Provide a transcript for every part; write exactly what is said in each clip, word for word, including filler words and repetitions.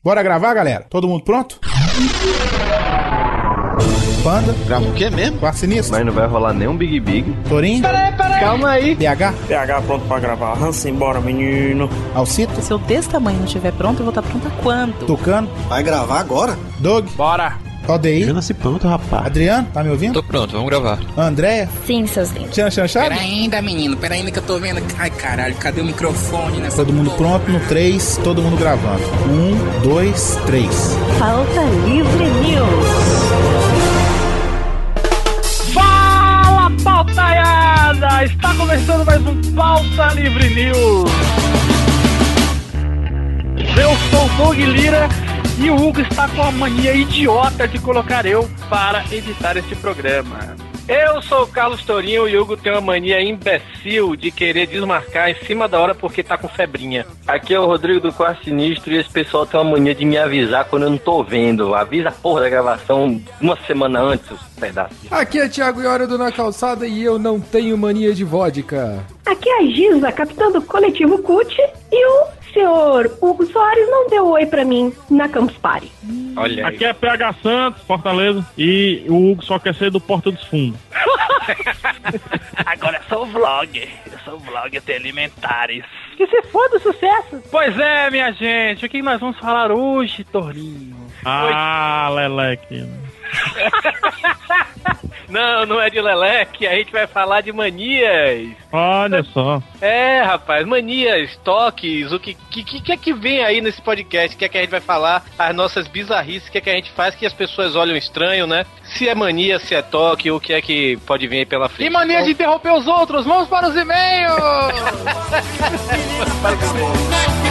Bora gravar, galera? Todo mundo pronto? Panda. Grava o quê mesmo? Quarto Sinistro. Mas não vai rolar nenhum Big Big. Torinho. Peraí, peraí. Calma aí. B H. B H pronto pra gravar. Hansen, bora, menino. Alcito. Se eu desse tamanho não estiver pronto, eu vou estar pronta quando? Tucano. Vai gravar agora? Doug. Bora. O D I. Já nasci pronto, rapaz. Adriano, tá me ouvindo? Tô pronto, vamos gravar. Andréia. Sim, seus lindos. Tchan Chanchado. Pera ainda, menino, pera ainda que eu tô vendo. Ai, caralho, cadê o microfone nessa Todo mundo porra? pronto no três, todo mundo gravando. um, dois, três. Pauta Livre News. Fala, pautaiada! Está começando mais um Pauta Livre News. Eu sou o Doug Lira e o Hugo está com a mania idiota de colocar eu para editar este programa. Eu sou o Carlos Tourinho e o Hugo tem uma mania imbecil de querer desmarcar em cima da hora porque tá com febrinha. Aqui é o Rodrigo do Quarto Sinistro e esse pessoal tem uma mania de me avisar quando eu não tô vendo. Avisa a porra da gravação uma semana antes, os pedaços. Aqui é Thiago Iório do Na Calçada e eu não tenho mania de vodka. Aqui é a Giza, capitã do Coletivo Cut, e o senhor Hugo Soares não deu oi pra mim na Campus Party. Olha aí. Aqui é P H Santos, Fortaleza, e o Hugo só quer ser do Porta dos Fundos. Agora eu sou vlogger, eu sou vlogger de alimentares. Que se foda o sucesso. Pois é, minha gente, o que nós vamos falar hoje, Torninho? Ah, Leleque. Não, não é de Leleque, a gente vai falar de manias. Olha só. É, rapaz, manias, toques, o que que, que, que é que vem aí nesse podcast? O que é que a gente vai falar? As nossas bizarrices, o que é que a gente faz que as pessoas olham estranho, né? Se é mania, se é toque, o que é que pode vir aí pela frente. Que mania então... de interromper os outros, vamos para os e-mails! Para os e-mails.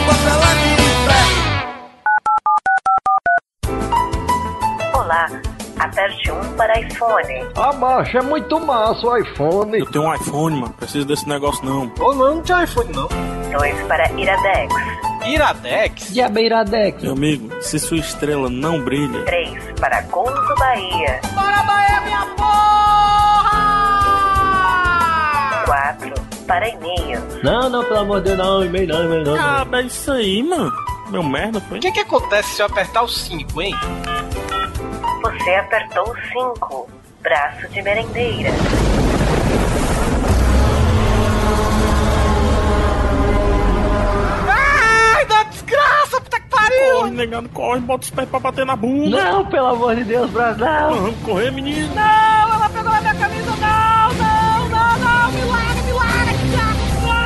Olá, aperte um para iPhone. Ah, macho, é muito massa o iPhone. Eu tenho um iPhone, mano. Preciso desse negócio, não. Ô, não, não tinha iPhone, não. dois para Iradex. Iradex? Diabo Iradex. Meu amigo, se sua estrela não brilha... três para Gonzo Bahia. Bora, Bahia, minha porra! quatro para e-mail. Não, não, pelo amor de Deus, não. E-mail não, e-mail não. Ah, mas isso aí, mano. Meu merda, foi. O que que acontece se eu apertar o cinco, hein? Você apertou o cinco. Braço de merendeira. Ai, da desgraça, puta que pariu! Corre, negado, corre, bota os pés pra bater na bunda. Não, pelo amor de Deus, braço, não. Vamos correr, menino. Não, ela pegou na minha camisa, não, não, não, não, me larga, me larga, que saco,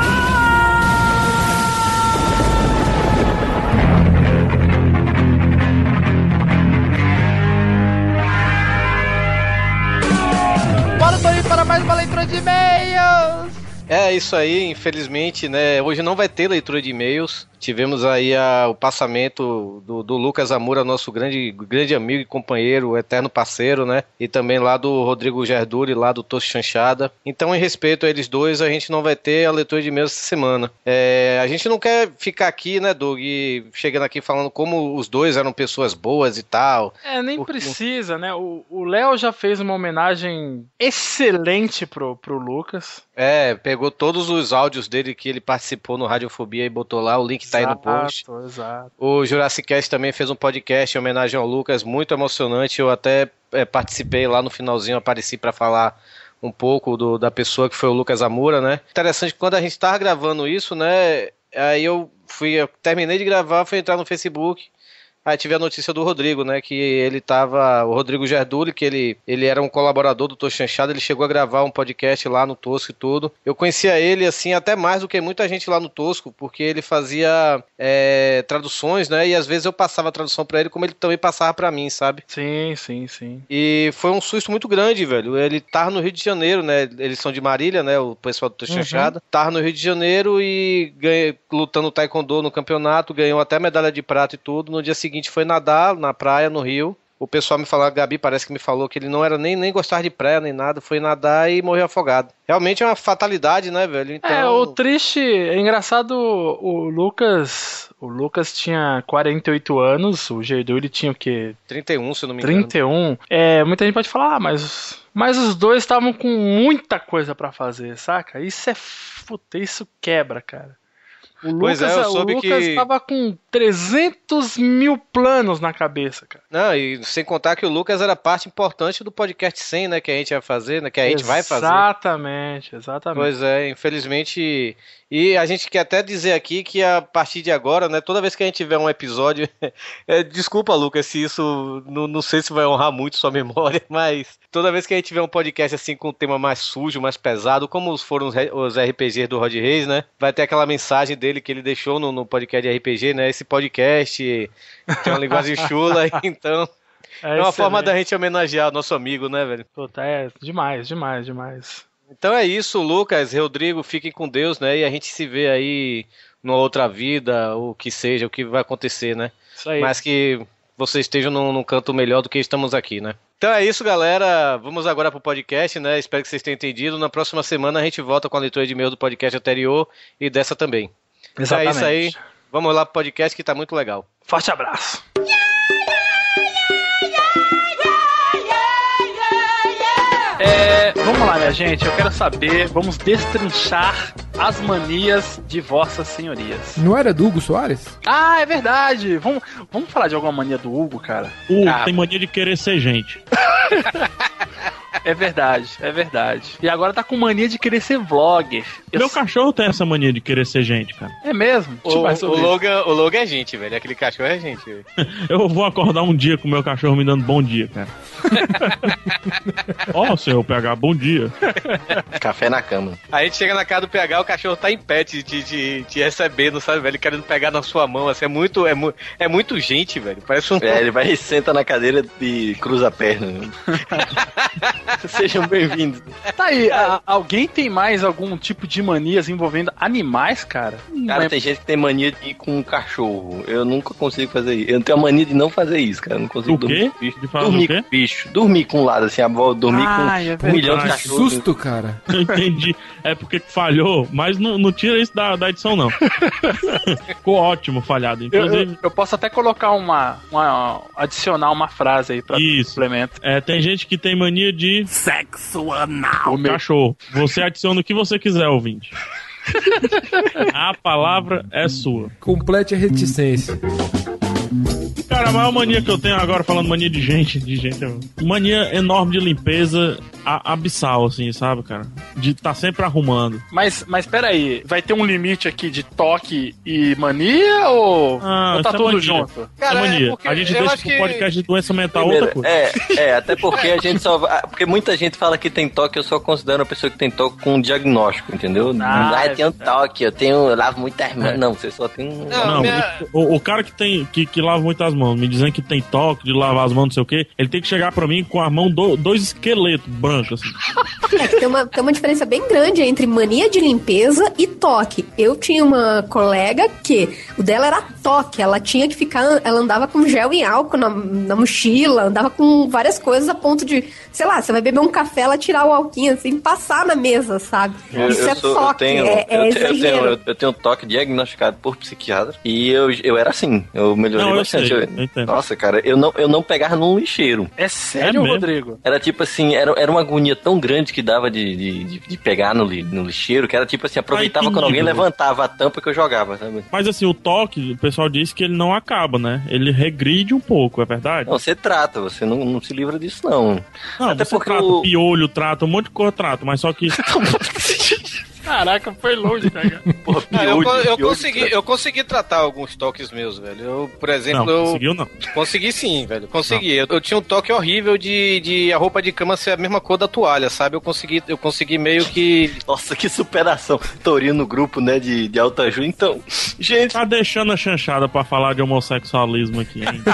Bora, tô indo para mais uma leitura de e-mails! É isso aí, infelizmente, né? Hoje não vai ter leitura de e-mails. Tivemos aí a, o passamento do, do Lucas Amura, nosso grande, grande amigo e companheiro, eterno parceiro, né? E também lá do Rodrigo Gerduri, lá do Tosso Chanchada. Então, em respeito a eles dois, a gente não vai ter a leitura de e-mails essa semana. É, a gente não quer ficar aqui, né, Doug, chegando aqui falando como os dois eram pessoas boas e tal. É, nem Porque... precisa, né? O Léo já fez uma homenagem excelente pro, pro Lucas. É, pegou todos os áudios dele que ele participou no Radiofobia e botou lá, o link tá aí no post. Exato. O Jurassic Cast também fez um podcast em homenagem ao Lucas, muito emocionante. Eu até é, participei lá no finalzinho, apareci para falar um pouco do, da pessoa que foi o Lucas Amura, né? Interessante que quando a gente tava gravando isso, né? Aí eu fui, eu terminei de gravar, fui entrar no Facebook. Aí tive a notícia do Rodrigo, né, que ele tava, o Rodrigo Gerduli, que ele, ele era um colaborador do Tosso Chanchada, ele chegou a gravar um podcast lá no Tosco e tudo. Eu conhecia ele, assim, até mais do que muita gente lá no Tosco, porque ele fazia é, traduções, né, e às vezes eu passava a tradução pra ele, como ele também passava pra mim, sabe? Sim, sim, sim. E foi um susto muito grande, velho. Ele tava no Rio de Janeiro, né, eles são de Marília, né, o pessoal do Tosso Chanchada, uhum. Tava no Rio de Janeiro e ganha, lutando taekwondo no campeonato, ganhou até medalha de prata e tudo. No dia seguinte foi nadar na praia, no Rio. O pessoal me falou, a Gabi parece que me falou que ele não era nem, nem gostar de praia, nem nada, foi nadar e morreu afogado. Realmente é uma fatalidade, né, velho? Então... É, o triste, é engraçado, o Lucas, o Lucas tinha quarenta e oito anos, o Gerduli tinha o quê? trinta e um, se eu não me engano. trinta e um. É, muita gente pode falar, ah, mas, mas os dois estavam com muita coisa pra fazer, saca? Isso é, puta, isso quebra, cara. O Lucas, Pois é, eu soube o Lucas que- tava com trezentos mil planos na cabeça, cara. Não, e sem contar que o Lucas era parte importante do podcast cem, né? Que a gente vai fazer, né? Que a gente vai fazer. Exatamente, exatamente. Pois é, infelizmente. E a gente quer até dizer aqui que a partir de agora, né? Toda vez que a gente tiver um episódio. é, desculpa, Lucas, se isso. Não, não sei se vai honrar muito sua memória, mas toda vez que a gente tiver um podcast assim com um tema mais sujo, mais pesado, como foram os, re- os R P Gs do Rod Reis, né? Vai ter aquela mensagem dele que ele deixou no, no podcast de R P G, né? Esse podcast tem uma linguagem chula, então. É, uma excelente. forma da gente homenagear o nosso amigo, né, velho? Puta, é demais, demais, demais. Então é isso, Lucas, Rodrigo, fiquem com Deus, né? E a gente se vê aí numa outra vida, o que seja, o que vai acontecer, né? Isso aí. Mas que vocês estejam num, num canto melhor do que estamos aqui, né? Então é isso, galera. Vamos agora pro podcast, né? Espero que vocês tenham entendido. Na próxima semana a gente volta com a leitura de e-mail do podcast anterior e dessa também. Então é isso aí. Vamos lá pro podcast que tá muito legal. Forte abraço. É, vamos lá, minha gente. Eu quero saber, vamos destrinchar as manias de vossas senhorias. Não era do Hugo Soares? Ah, é verdade. Vamos, vamos falar de alguma mania do Hugo, cara? O Ah, tem mania de querer ser gente. É verdade, é verdade. E agora tá com mania de querer ser vlogger. Eu Meu s- cachorro tem essa mania de querer ser gente, cara. É mesmo? Deixa eu O, mais o, sobre isso. Logan, o Logan é gente, velho. Aquele cachorro é gente, velho. Eu vou acordar um dia com o meu cachorro me dando bom dia, cara. Ó, senhor P H, bom dia. Café na cama. Aí a gente chega na casa do P H, o cachorro tá em pet de, de, de recebendo, sabe, velho? Querendo pegar na sua mão, assim, é muito, é, mu é muito gente, velho. Parece um... É, ele vai e senta na cadeira e cruza a perna. Sejam bem-vindos. Tá aí, a- alguém tem mais algum tipo de manias envolvendo animais, cara? Cara, tem gente que tem mania de ir com um cachorro. Eu nunca consigo fazer isso. Eu não tenho a mania de não fazer isso, cara. Eu não consigo O quê? dormir com bicho. De fazer Dormir o quê? com bicho. Dormir com um lado, assim, a avó dormir Ai, com é um milhão de verdade. Que cachorros. susto, cara. Eu entendi. É porque falhou, mas não, não tira isso da, da edição, não. Ficou ótimo falhado. Eu, Inclusive, eu- eu posso até colocar uma, uma. adicionar uma frase aí pra Isso. complemento. é, tem gente que tem mania de Sexo anal. o cachorro. Você adiciona o que você quiser, ouvinte. A palavra é sua. Complete a reticência. Cara, a maior mania que eu tenho agora, falando mania de gente, de gente, é mania enorme de limpeza a- abissal, assim, sabe, cara? De tá sempre arrumando. Mas, mas peraí, vai ter um limite aqui de toque e mania ou, Ah, ou tá isso é tudo mania. junto? Cara, é mania. é porque a gente eu deixa acho pro que- podcast de doença mental outra Primeiro, coisa. é, é, até porque a gente só. ah, Porque muita gente fala que tem toque, eu só considero uma pessoa que tem toque com um diagnóstico, entendeu? Ah, Ah, é eu tenho toque, eu tenho. Eu lavo muitas mãos. Não, você só tem um. Não, Não, minha- o, o cara que tem que, que lava muitas mãos, me dizendo que tem toque de lavar as mãos, não sei o quê, ele tem que chegar pra mim com a mão do, dois esqueletos brancos, assim. É, tem, uma, tem uma diferença bem grande entre mania de limpeza e toque. Eu tinha uma colega que o dela era toque. Ela tinha que ficar. Ela andava com gel e álcool na, na mochila, andava com várias coisas a ponto de, sei lá, você vai beber um café, ela tirar o alquinho assim, passar na mesa, sabe? Eu, Isso eu é sou- eu toque, tenho, é, é eu, te- eu exagero. tenho, eu, eu tenho toque diagnosticado por psiquiatra e eu, eu era assim, eu melhorei Não, eu bastante. sei, Eu- eu entendo. nossa, cara, eu não, eu não pegava num lixeiro. É sério, É mesmo? Rodrigo? Era tipo assim, era, era uma agonia tão grande que dava de, de, de, de pegar no, li- no lixeiro, que era tipo assim, aproveitava Ai, que quando alguém nível. levantava a tampa que eu jogava, sabe? Mas assim, o toque, o pessoal diz que ele não acaba, né? Ele regride um pouco, é verdade? Não, você trata, você não, não se livra disso, não. Não, até você porque trata o- piolho, trata um monte de coisa, trata, mas só que... Caraca, foi longe, cara. Porra, Ah, eu, piolho, co- eu piolho, consegui, cara. eu consegui tratar alguns toques meus, velho. Eu, por exemplo, Não, eu conseguiu não. consegui sim, velho. Consegui. Eu, eu tinha um toque horrível de, de a roupa de cama ser a mesma cor da toalha, sabe? Eu consegui, eu consegui meio que. Nossa, que superação. Torinho no grupo, né, de, de alta ajuda. Então, gente, Tá deixando a chanchada pra falar de homossexualismo aqui, hein?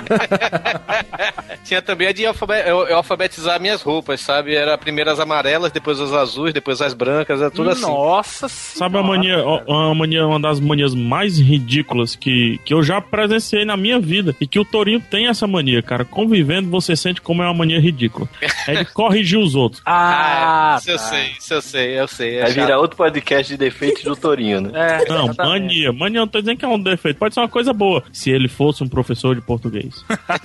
Tinha também a de alfabe- eu, eu alfabetizar minhas roupas, sabe? Era primeiro as amarelas, depois as azuis, depois as brancas, era tudo assim. Nossa Sabe a mania, uma mania, uma das manias mais ridículas que, que eu já presenciei na minha vida e que o Torinho tem essa mania, cara. Convivendo, você sente como é uma mania ridícula. É de corrigir os outros. Ah, isso eu tá. sei, isso eu sei, eu sei. É vai chato. virar outro podcast de defeitos do Torinho, né? É, Não, exatamente. mania. Mania não tô dizendo que é um defeito. Pode ser uma coisa boa, se ele fosse um professor de português.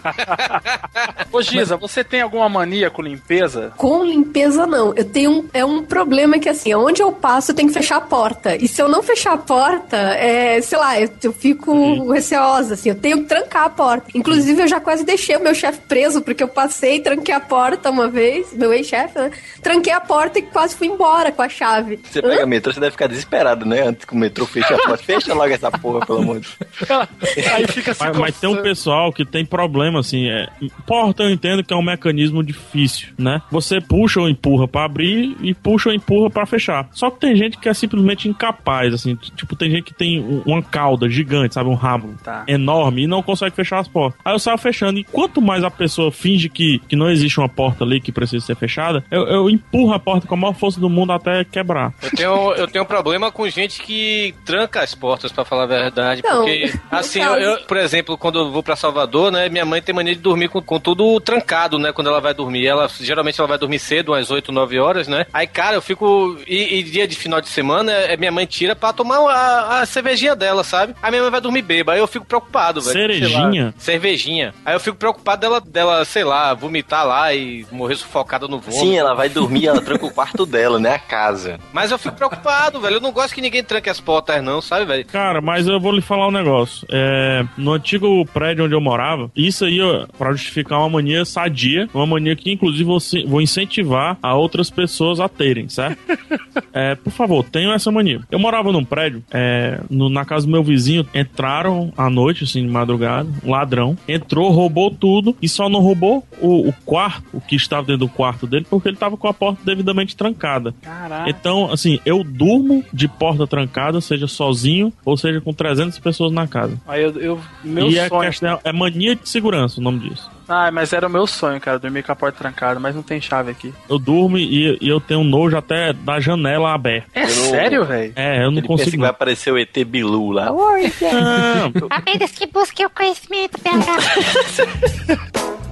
Ô, Giza, você tem alguma mania com limpeza? Com limpeza, não. Eu tenho um, é um problema que, assim, onde eu passo, eu tenho tenho que fechar a porta. E se eu não fechar a porta, é, sei lá, eu, eu fico uhum. receosa, assim, eu tenho que trancar a porta. Inclusive, eu já quase deixei o meu chefe preso, porque eu passei, tranquei a porta uma vez, meu ex-chefe, né? Tranquei a porta e quase fui embora com a chave. Você Hã? pega metrô, você deve ficar desesperado, né? Antes que o metrô feche a porta. Fecha logo essa porra, pelo amor de Deus. Aí fica assim, mas, mas tem um pessoal que tem problema, assim, é, porta eu entendo que é um mecanismo difícil, né? Você puxa ou empurra pra abrir e puxa ou empurra pra fechar. Só que tem gente que é simplesmente incapaz, assim, tipo, tem gente que tem uma cauda gigante, sabe, um rabo tá. enorme e não consegue fechar as portas. Aí eu saio fechando e quanto mais a pessoa finge que, que não existe uma porta ali que precisa ser fechada, eu, eu empurro a porta com a maior força do mundo até quebrar. Eu tenho, eu tenho um problema com gente que tranca as portas, pra falar a verdade, não, porque, assim, eu, eu, por exemplo, quando eu vou pra Salvador, né, minha mãe tem mania de dormir com, com tudo trancado, né, quando ela vai dormir. Ela, geralmente ela vai dormir cedo, umas oito, nove horas, né, aí, cara, eu fico, e, e dia de final de semana, é, minha mãe tira pra tomar a, a cervejinha dela, sabe? Aí minha mãe vai dormir bêbada, aí eu fico preocupado, velho. Cerejinha? Cervejinha. Aí eu fico preocupado dela, dela, sei lá, vomitar lá e morrer sufocada no vômito. Sim, ela vai dormir, ela tranca o quarto dela, né, a casa. Mas eu fico preocupado, velho, eu não gosto que ninguém tranque as portas não, sabe, velho? Cara, mas eu vou lhe falar um negócio. É, no antigo prédio onde eu morava, isso aí, ó, pra justificar uma mania sadia, uma mania que, inclusive, vou, vou incentivar a outras pessoas a terem, certo? É, por favor, tenham essa mania. Eu morava num prédio, é, no, na casa do meu vizinho, entraram à noite, assim, de madrugada, um ladrão, entrou, roubou tudo e só não roubou o, o quarto, o que estava dentro do quarto dele, porque ele estava com a porta devidamente trancada. Caraca. Então, assim, eu durmo de porta trancada, seja sozinho ou seja com trezentas pessoas na casa. Aí eu, eu meu e sonho... é, questão, é mania de segurança o nome disso. Ah, mas era o meu sonho, cara, dormir com a porta trancada, mas não tem chave aqui. Eu durmo e, e eu tenho nojo até da janela aberta. É sério, velho? É, eu não Ele consigo. Pensa que vai aparecer o E T Bilu lá. Oi, não. Apenas que busque o conhecimento, P H.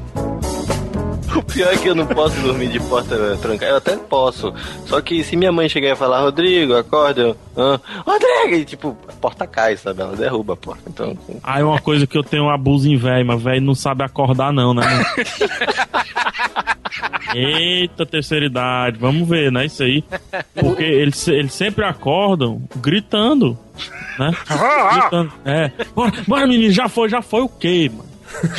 O pior é que eu não posso dormir de porta trancada. Eu até posso. Só que se minha mãe chegar e falar, Rodrigo, acorda, eu, ah, Rodrigo, e tipo, a porta cai, sabe? Ela derruba a porta. Então. Ah, é uma coisa que eu tenho um abuso em velho, mas velho não sabe acordar, não, né? Eita, terceira idade, vamos ver, né? Isso aí. Porque eles, eles sempre acordam gritando, né? Gritando. É. Bora, bora, menino, já foi, já foi o quê, mano?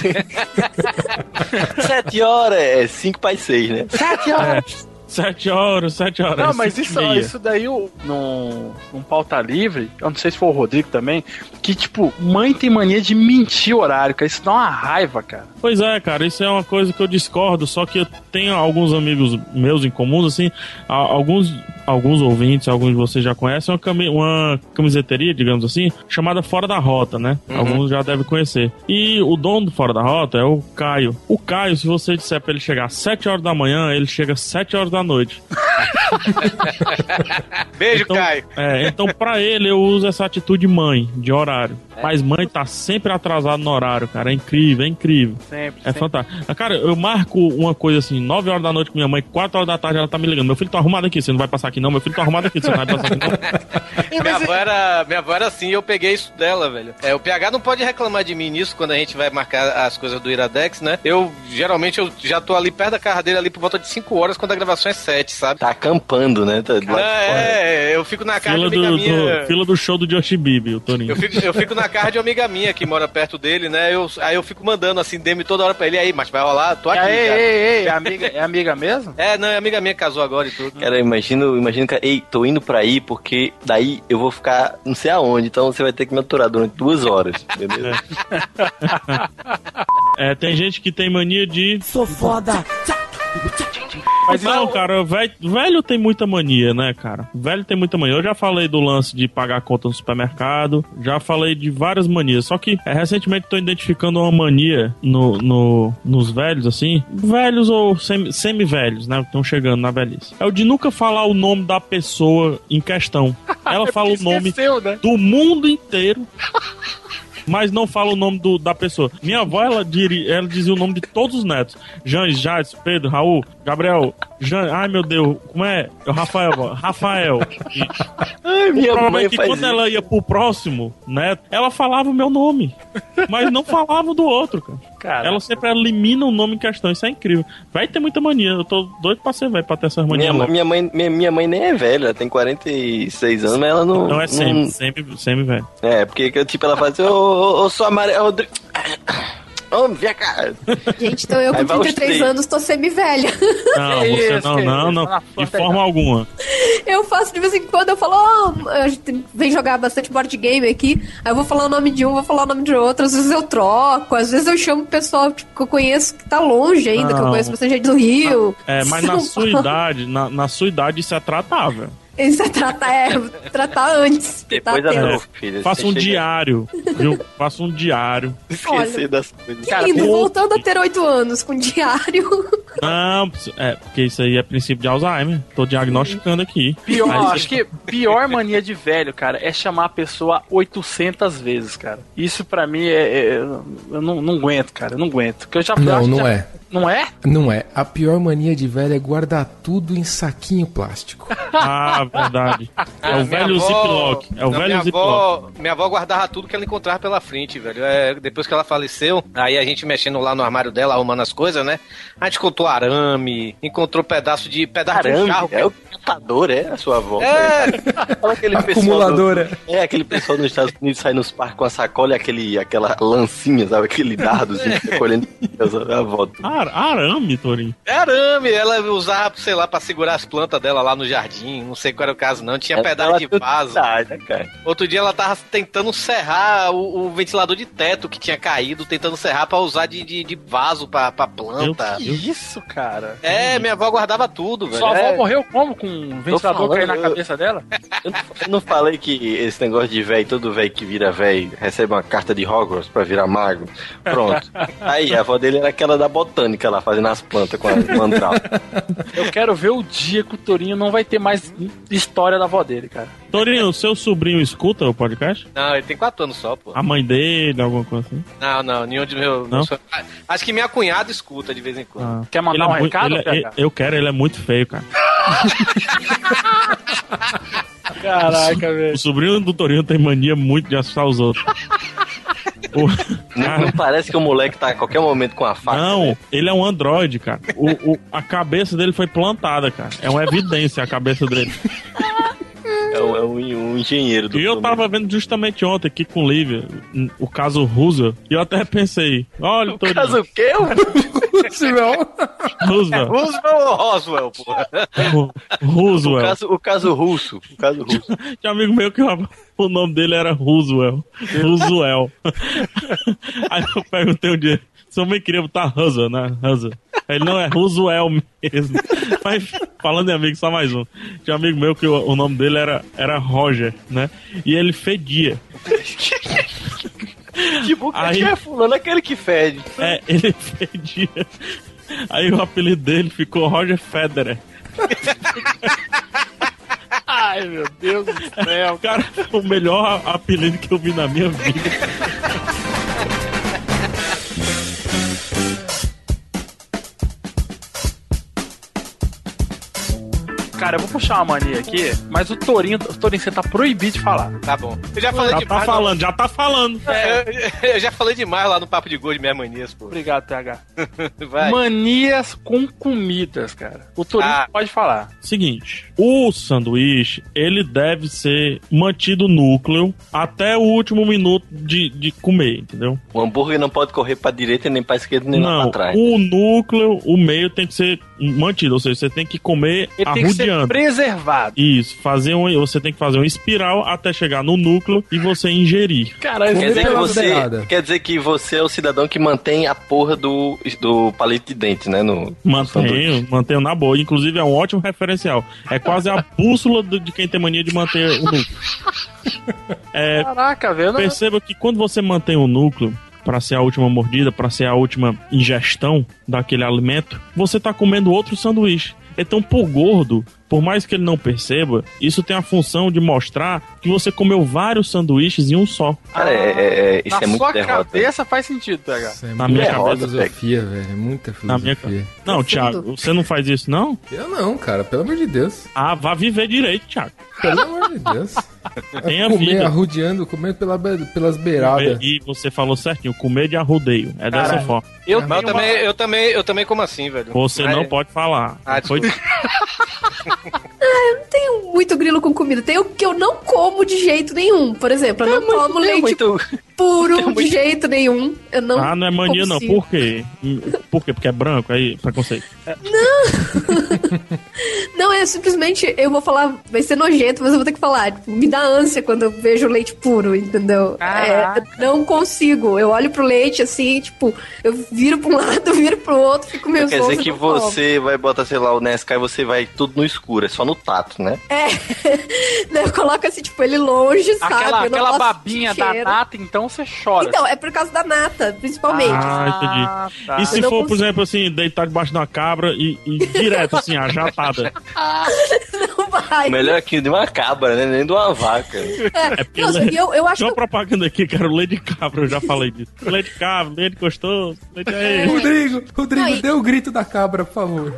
Sete horas, é cinco para as seis, né? Sete horas! É. Sete horas, sete horas. Não, mas isso, isso daí, num, num pauta livre, eu não sei se foi o Rodrigo também, que, tipo, mãe tem mania de mentir horário, cara. Isso dá uma raiva, cara. Pois é, cara, isso é uma coisa que eu discordo, só que eu tenho alguns amigos meus em comuns, assim, alguns, alguns ouvintes, alguns de vocês já conhecem, uma, cami- uma camiseteria, digamos assim, chamada Fora da Rota, né? Uhum. Alguns já devem conhecer. E o dono do Fora da Rota é o Caio. O Caio, se você disser pra ele chegar às sete horas da manhã, ele chega às sete horas da noite. Beijo, então, Caio. É, então pra ele eu uso essa atitude mãe, de horário. É. Mas mãe tá sempre atrasada no horário, cara. É incrível, é incrível. Sempre, é sempre. fantástico. Cara, eu marco uma coisa assim, nove horas da noite com minha mãe, quatro horas da tarde ela tá me ligando. Meu filho tá arrumado aqui, você não vai passar aqui não? Meu filho tá arrumado aqui, você não vai passar aqui não? minha, avó era, minha avó era assim, eu peguei isso dela, velho. É, o P H não pode reclamar de mim nisso quando a gente vai marcar as coisas do Iradex, né? Eu, geralmente, eu já tô ali perto da casa dele ali por volta de cinco horas, quando a gravação é sete, sabe? Tá acampando, né? Tá Cara, é, eu fico na casa fila de uma amiga do, minha... Do, fila do show do Josh Bibi, o Toninho. Eu fico, eu fico na casa de uma amiga minha que mora perto dele, né? Eu, aí eu fico mandando assim, D M toda hora pra ele. Aí, mas vai rolar? Tô aqui, ei, cara. Ei, ei, é amiga, é amiga mesmo? É, não, é amiga minha que casou agora e tudo. Cara, imagino, imagino que... Ei, tô indo pra aí porque daí eu vou ficar não sei aonde, então você vai ter que me aturar durante duas horas, entendeu? É, é tem gente que tem mania de... Sou foda! Mas não, cara, velho, velho tem muita mania, né, cara? Velho tem muita mania. Eu já falei do lance de pagar a conta no supermercado, já falei de várias manias. Só que é, recentemente tô identificando uma mania no, no, nos velhos, assim, velhos ou semi, semi-velhos, né, que estão chegando na velhice. É o de nunca falar o nome da pessoa em questão. Ela fala o nome esqueceu, né? do mundo inteiro, mas não fala o nome do, da pessoa. Minha avó, ela, diri, ela dizia o nome de todos os netos. Jans, Jades, Pedro, Raul, Gabriel, Jan... Ai, meu Deus, como é? É o Rafael, Rafael. E... Ai, o minha problema mãe é que faz quando isso. ela ia pro próximo, né, ela falava o meu nome, mas não falava do outro, cara. Cara, ela sempre elimina o nome em questão, isso é incrível. Vai ter muita mania, eu tô doido pra ser velho pra ter essas manias. Minha, minha, mãe, minha, minha mãe nem é velha, ela tem quarenta e seis anos, mas ela não... Não é sempre, não... sempre, sempre velho. É, porque tipo, ela faz assim, ô, ô, ô, sou amarelo, Rodrigo... Ô, vem cá. Gente, então eu com trinta e três anos tô semi-velha. Não, você não, não, não, de forma alguma. Eu faço de vez em quando, eu falo, oh, a gente vem jogar bastante board game aqui, aí eu vou falar o nome de um, vou falar o nome de outro, às vezes eu troco, às vezes eu chamo o pessoal tipo, que eu conheço que tá longe ainda, não. que eu conheço bastante gente do Rio. É, mas na sua idade, na, na sua idade isso é tratável. Isso é tratar, é, tratar antes. Depois tá da meu filho. Faça um chega... diário, viu? Faça um diário. Esquecer das coisas. Que lindo, voltando a ter oito anos com diário. Não, é, porque isso aí é princípio de Alzheimer. Tô diagnosticando aqui. Pior, aí, acho que pior mania de velho, cara, é chamar a pessoa oitocentas vezes, cara. Isso pra mim é... é eu não, não aguento, cara, eu não aguento. Porque eu já, não, não já... é. Não é? Não é. A pior mania de velho é guardar tudo em saquinho plástico. Ah, verdade. É o velho avó... ziplock. É o não, velho minha ziplock. Avó... Minha avó guardava tudo que ela encontrava pela frente, velho. É, depois que ela faleceu, aí a gente mexendo lá no armário dela, arrumando as coisas, né? A gente encontrou arame, encontrou pedaço de pedaço arame, de carro. É o computador, é a sua avó. É. Olha aquele acumuladora. Do... É, aquele pessoal nos Estados Unidos sai nos parques com a sacola e aquele, aquela lancinha, sabe? Aquele dardozinho recolhendo a avó. Ar, arame, Torinho. É arame, ela usava, sei lá, pra segurar as plantas dela lá no jardim. Não sei qual era o caso, não. Tinha é pedaço de vaso. Né, cara? Outro dia ela tava tentando serrar o, o ventilador de teto que tinha caído, tentando serrar pra usar de, de, de vaso pra, pra planta. Que isso, cara? É, minha avó guardava tudo, velho. Sua avó é. morreu como? Com um ventilador caindo na cabeça dela? Eu não, eu não falei que esse negócio de velho, todo velho que vira velho recebe uma carta de Hogwarts pra virar mago. Pronto. Aí a avó dele era aquela da botânica lá, fazendo as plantas com a mandral. Eu quero ver o dia que o Torinho não vai ter mais história da avó dele, cara. Torinho, seu sobrinho escuta o podcast? Não, ele tem quatro anos só, pô. A mãe dele, alguma coisa assim? Não, não, nenhum de meus... Não? meus... Acho que minha cunhada escuta de vez em quando. Ah. Quer mandar ele um é muito, recado, ele é, Eu quero, ele é muito feio, cara. Caraca, velho. O sobrinho do Torinho tem mania muito de assustar os outros. O... Não, não parece que o moleque tá a qualquer momento com a faca? Não, né? ele é um androide, cara. O, o, a cabeça dele foi plantada, cara. É uma evidência a cabeça dele. É um, é um, um engenheiro do E eu tava vendo justamente ontem aqui com o Lívia o caso Roosevelt. E eu até pensei, olha, o Torinho. Caso o quê? Roosevelt. Roosevelt. Roosevelt ou Roswell, porra? Roosevelt. O caso, o caso russo. O caso russo. Tinha um amigo meu que o nome dele era Roosevelt. Roosevelt. Aí eu perguntei um dia, sua mãe queria botar Roosevelt, né? Roosevelt. Ele não é Roosevelt mesmo. Mas falando em amigo, só mais um. Tinha um amigo meu que o, o nome dele era, era Roger, né? E ele fedia. Tipo, que é fulano, aquele que fede. É, ele fedia. Aí o apelido dele ficou Roger Federer. Ai, meu Deus do céu. Cara, o melhor apelido que eu vi na minha vida. Cara, eu vou puxar uma mania aqui, mas o Torinho, o Torinho, você tá proibido de falar. Tá bom. Eu já falei já demais. Tá falando, já tá falando. É, eu, eu já falei demais lá no Papo de Gordo de minhas manias, pô. Obrigado, T H. Vai. Manias com comidas, cara. O Torinho ah. pode falar. Seguinte, o sanduíche, ele deve ser mantido núcleo até o último minuto de, de comer, entendeu? O hambúrguer não pode correr pra direita, nem pra esquerda, nem não, lá pra trás. O núcleo, o meio tem que ser mantido, ou seja, você tem que comer ele arrodeando. Tem que ser preservado. Isso, fazer um, você tem que fazer uma espiral até chegar no núcleo e você ingerir. Caralho, quer dizer que você quer dizer que você é o cidadão que mantém a porra do, do palito de dente, né? No, mantenho, no mantenho na boa. Inclusive é um ótimo referencial. É quase a bússola de, de quem tem mania de manter o núcleo. É, Caraca, velho. Perceba que quando você mantém o núcleo para ser a última mordida, para ser a última ingestão daquele alimento, você tá comendo outro sanduíche. Então, pro gordo, por mais que ele não perceba, isso tem a função de mostrar que você comeu vários sanduíches em um só. Cara, é, é, é, isso Na é muito sua derrota. cabeça faz sentido, T H. Isso é Na muita minha cabeça, filosofia, velho. É muita Na minha... filosofia. Não, Thiago, você não faz isso, não? Eu não, cara. Pelo amor de Deus. Ah, vá viver direito, Thiago. Pelo amor de Deus. Tenha comer vida. arrudeando, comer pela, pelas beiradas. E você falou certinho, comer de arrudeio. É dessa Cara, forma. Eu, Mas eu, também, eu, também, eu também como assim, velho. Você Mas- não pode falar. Ah, Foi... Ah, eu não tenho muito grilo com comida. Tem o que eu não como de jeito nenhum. Por exemplo, eu não muito- como tem leite muito- puro tem de muito- jeito nenhum. Eu não Ah, não é mania não. consigo. Por quê? Por quê? Porque é branco aí, preconceito. Não, é simplesmente, eu vou falar, vai ser nojento, mas eu vou ter que falar. Tipo, me dá ânsia quando eu vejo leite puro, entendeu? É, eu não consigo. Eu olho pro leite assim, tipo, eu viro pra um lado, viro pro outro, fico meio Quer dizer zonza, que não como. você vai botar, sei lá, o Nescau e você vai tudo no escuro, é só no tato, né? É, Daí eu coloco assim, tipo, ele longe, sabe? Aquela, Eu não aquela posso babinha sentir da cheiro. nata, então você chora. Então, é por causa da nata, principalmente. Ah, entendi. tá. E se Eu não for, por consigo. exemplo, assim, deitar debaixo de uma cabra e, e direto, assim, a jatada. Não vai. Melhor que de uma cabra, né? Nem de uma vaca. É, porque nossa, le- e eu, eu acho Tinha uma que propaganda aqui que era o leite de cabra, eu já falei disso. Leite de cabra, leite gostoso, leite é esse. Rodrigo, Rodrigo, Não, e- dê o grito da cabra, por favor.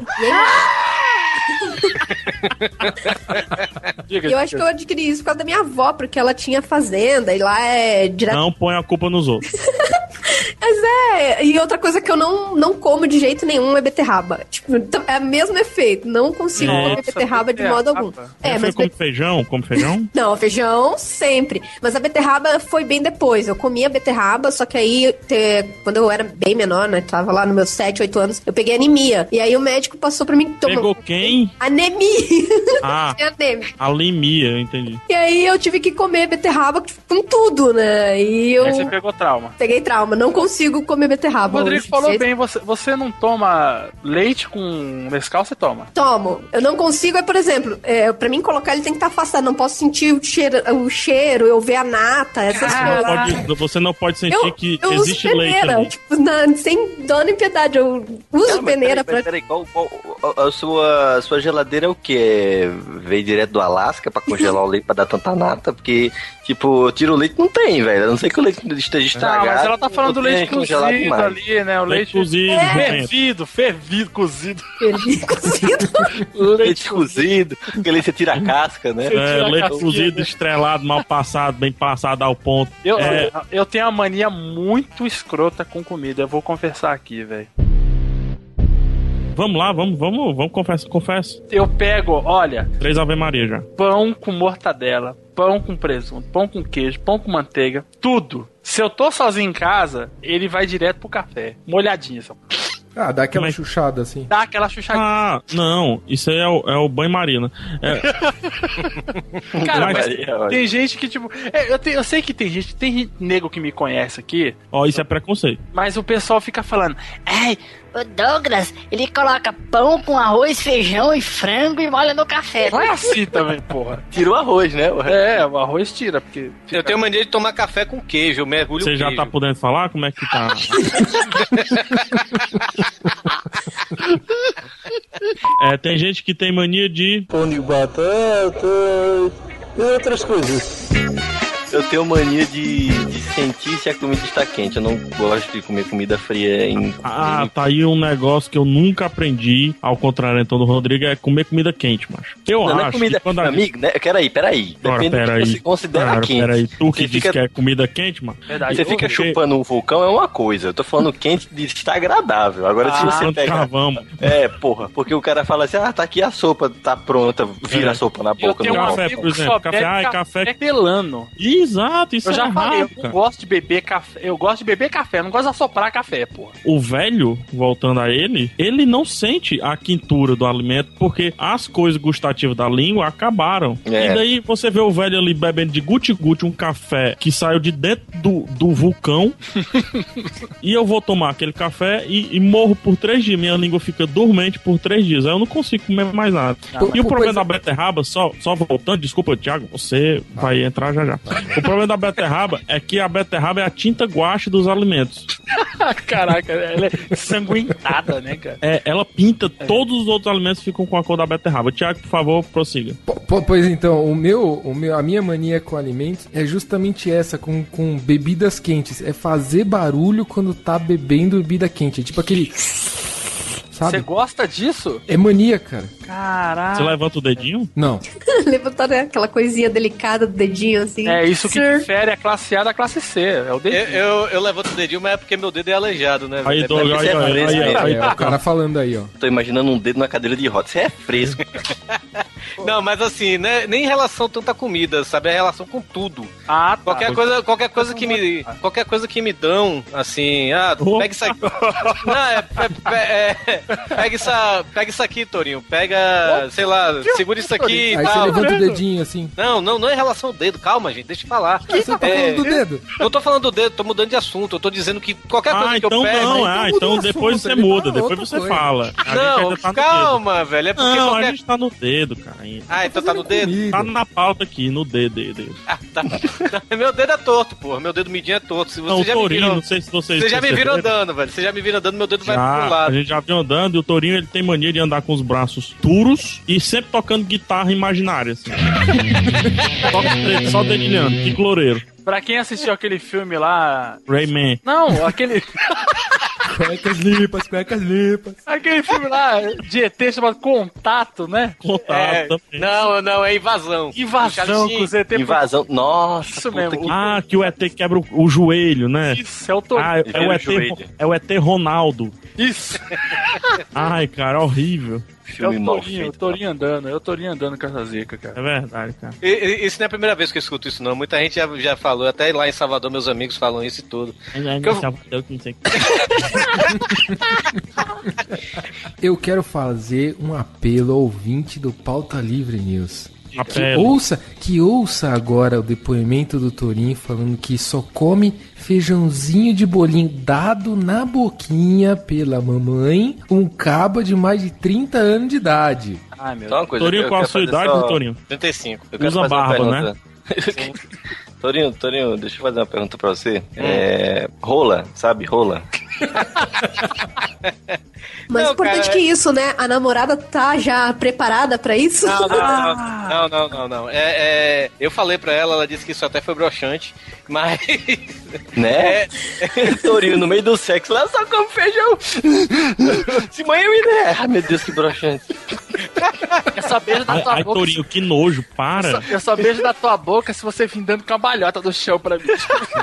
Diga, eu acho que eu adquiri isso por causa da minha avó, porque ela tinha fazenda e lá é direto. Não põe a culpa nos outros. Mas é, e outra coisa que eu não, não como de jeito nenhum é beterraba. Tipo, então, é o mesmo efeito. Não consigo Nossa, comer beterraba de modo algum. É, É, mas como be- feijão? Como feijão? Não, feijão sempre. Mas a beterraba foi bem depois. Eu comia beterraba, só que aí, te- quando eu era bem menor, né? Tava lá nos meus sete, oito anos, eu peguei anemia. E aí o médico passou pra mim tomar. Pegou quem? Anemia! Ah, Tinha anemia. alimia, eu entendi. E aí eu tive que comer beterraba tipo, com tudo, né? E eu Aí você pegou trauma. peguei trauma. Não consigo comer O beterraba. Rodrigo hoje. falou Vocês- bem, você, você não toma leite com Nescau, você toma. Tomo. Eu não consigo, é, por exemplo, é, pra mim colocar ele tem que estar afastado. Não posso sentir o cheiro, o cheiro eu ver a nata, essas Você coisas. não pode, você não pode sentir Eu, que eu uso existe leite peneira, ali. tipo, na- sem dó nem piedade. Eu uso Não, mas peneira peraí, pra. peraí, qual, qual, a, a sua, a sua geladeira é o quê? Veio direto do Alasca pra congelar o leite pra dar tanta nata? Porque, tipo, tiro o leite não tem, velho. A não ser que o leite esteja estragado. Não, mas ela tá falando do ou tenha leite congelado cozido demais. ali, né? O Leite leite, cozido, É. fervendo. fervido, fervido, cozido. Perdi cozido. Leite cozido, que ali você tira a casca, né? É, tira a leite casquinha, cozido, né? estrelado, mal passado, bem passado ao ponto. Eu, É, eu tenho uma mania muito escrota com comida, eu vou confessar aqui, velho. vamos lá, vamos, vamos, vamos, confessa, confessa. Eu pego, olha, Três Ave Maria já. pão com mortadela, pão com presunto, pão com queijo, pão com manteiga, tudo. Se eu tô sozinho em casa, ele vai direto pro café, molhadinho, só. Ah, dá aquela Mas- chuchada assim. Dá aquela chuchadinha. Ah, não, isso aí é o, é o banho-marina. É, Cara, mas- mas tem gente que, tipo. é, eu, te- eu sei que tem gente, tem nego que me conhece aqui, ó, isso é preconceito. mas o pessoal fica falando. Ai, o Douglas, ele coloca pão com arroz, feijão e frango e molha no café. Não é assim também, porra. Tira o arroz, né? É, o arroz tira, porque. Eu tenho mania de tomar café com queijo, eu mergulho Você o já queijo. tá podendo falar? Como é que tá? É, tem gente que tem mania de. Pão de batata e outras coisas. Eu tenho mania de, de sentir se a comida está quente. Eu não gosto de comer comida fria em. Ah, tá aí um negócio que eu nunca aprendi, ao contrário então do Rodrigo, é comer comida quente, macho. Eu Não, acho não é comida. que quando a Amigo, né? Peraí, peraí. Ora, Depende do que peraí. você considera Cara, quente. peraí, tu que Você diz fica- que é comida quente, mano. Verdade. Você fica Porque- chupando um vulcão é uma coisa. Eu tô falando quente de estar agradável. Agora, se Ah, você Quanto pega. carvão, mano. É, porra, porque o cara fala assim: ah, tá aqui a sopa, tá pronta, vira É. a sopa na Eu boca. tenho não um café, amigo por que exemplo, só café- bebe ai, café café- pelando. Exato, isso Eu é já falei, errado, eu não cara. gosto de beber café. Eu gosto de beber café, eu não gosto de assoprar café, porra. O velho, voltando a ele, ele não sente a quintura do alimento porque as coisas gustativas da língua acabaram. É. E daí você vê o velho ali bebendo de guti-guti um café que saiu de dentro do, do vulcão e eu vou tomar aquele café e, e morro por três dias. Minha língua fica dormente por três dias. Aí eu não consigo comer mais nada. Pô, E o pô, problema pois da é. beterraba, só, só voltando, desculpa, Thiago, você vai entrar já já. O problema da beterraba é que a, beterraba é a tinta guache dos alimentos. Caraca, ela é sanguentada, né, cara? É, ela pinta, é. Todos os outros alimentos ficam com a cor da beterraba. Tiago, por favor, prossiga. P- pois então, o meu, o meu, a minha mania com alimentos é justamente essa, com, com bebidas quentes. É fazer barulho quando tá bebendo bebida quente. É tipo aquele... Você gosta disso? É mania, cara. Caraca. Você levanta o dedinho? Não. Levantar aquela coisinha delicada do dedinho, assim. É isso que Sir. difere a classe A da classe C. É o dedinho. Eu, eu, eu levanto o dedinho, mas é porque meu dedo é aleijado, né? Aí, é Doug, aí, aí, aí, aí, aí, é, o cara falando aí, ó. Tô imaginando um dedo na cadeira de roda. Você é fresco. Não, mas assim, né, nem em relação tanto à comida, sabe? É relação com tudo. Ah, tá. Qualquer coisa, qualquer coisa que me, qualquer coisa que me dão, assim, ah, oh. pega isso aqui. Não, é, é, é, é pega isso, pega isso aqui, Torinho. Pega, oh. sei lá, segura isso aqui e aí tal. Aí você levanta o dedinho, assim. Não, não, não é em relação ao dedo. Calma, gente, deixa eu falar. Que você tá é, falando do dedo? Não tô falando do dedo, tô mudando de assunto. Eu tô dizendo que qualquer coisa ah, que então eu pego... Não, ah, então depois assunto, você muda, depois você coisa. fala. A não, tá calma, velho. É porque não, qualquer... a gente tá no dedo, cara. Ainda. Ah, então tá no dedo? Tá na pauta aqui, no dedo. dedo. Ah, tá. Meu dedo é torto, porra. Meu dedo midinho é torto. Se você não, já o Torinho, me viram... não sei se vocês... Você já me viram andando, velho. Você já me viram andando, meu dedo já, vai pro lado. A gente já viu andando e o Torinho, ele tem mania de andar com os braços duros e sempre tocando guitarra imaginária, assim. Só dedilhando, que gloreiro. Pra quem assistiu aquele filme lá... Rayman. Não, aquele... Cuecas limpas, cuecas limpas. Aquele filme lá de E T chamado Contato, né? Contato é, também. Não, não, é Invasão. Invasão com os E T. Invasão, nossa. Isso mesmo. Que... Ah, que o E T quebra o, o joelho, né? Isso, é o Torinho. Ah, é, o E T, é o E T Ronaldo. Isso. Ai, cara, horrível. Filme é o Torinho, o Torinho andando, é o Torinho andando com essa zica, cara. É verdade, cara. E, e, isso não é a primeira vez que eu escuto isso, não. Muita gente já, já falou, até lá em Salvador, meus amigos falam isso e tudo. É, eu... Salvador, que não sei. Eu quero fazer um apelo ao ouvinte do Pauta Livre News. Apelo. Que ouça, que ouça agora o depoimento do Torinho falando que só come feijãozinho de bolinho dado na boquinha pela mamãe, um caba de mais de trinta anos de idade. Ai, meu Deus. Torinho, qual a sua idade, só... Torinho? trinta e cinco. Eu Usa barba, né? Torinho, Torinho, deixa eu fazer uma pergunta pra você. Hum. É... Rola, sabe? Rola. Mais não, importante cara, que isso, né? A namorada tá já preparada pra isso? Não, não, não. Não, não, não, não. É, é, eu falei pra ela, ela disse que isso até foi broxante, mas... Né? É... Torinho, no meio do sexo, lá só come feijão. Se mãe me der. Ai, meu Deus, que broxante. Eu só beijo da tua ai, boca. Torinho, que nojo, para. Eu só, eu só beijo da tua boca se você vir dando cambalhota do chão pra mim.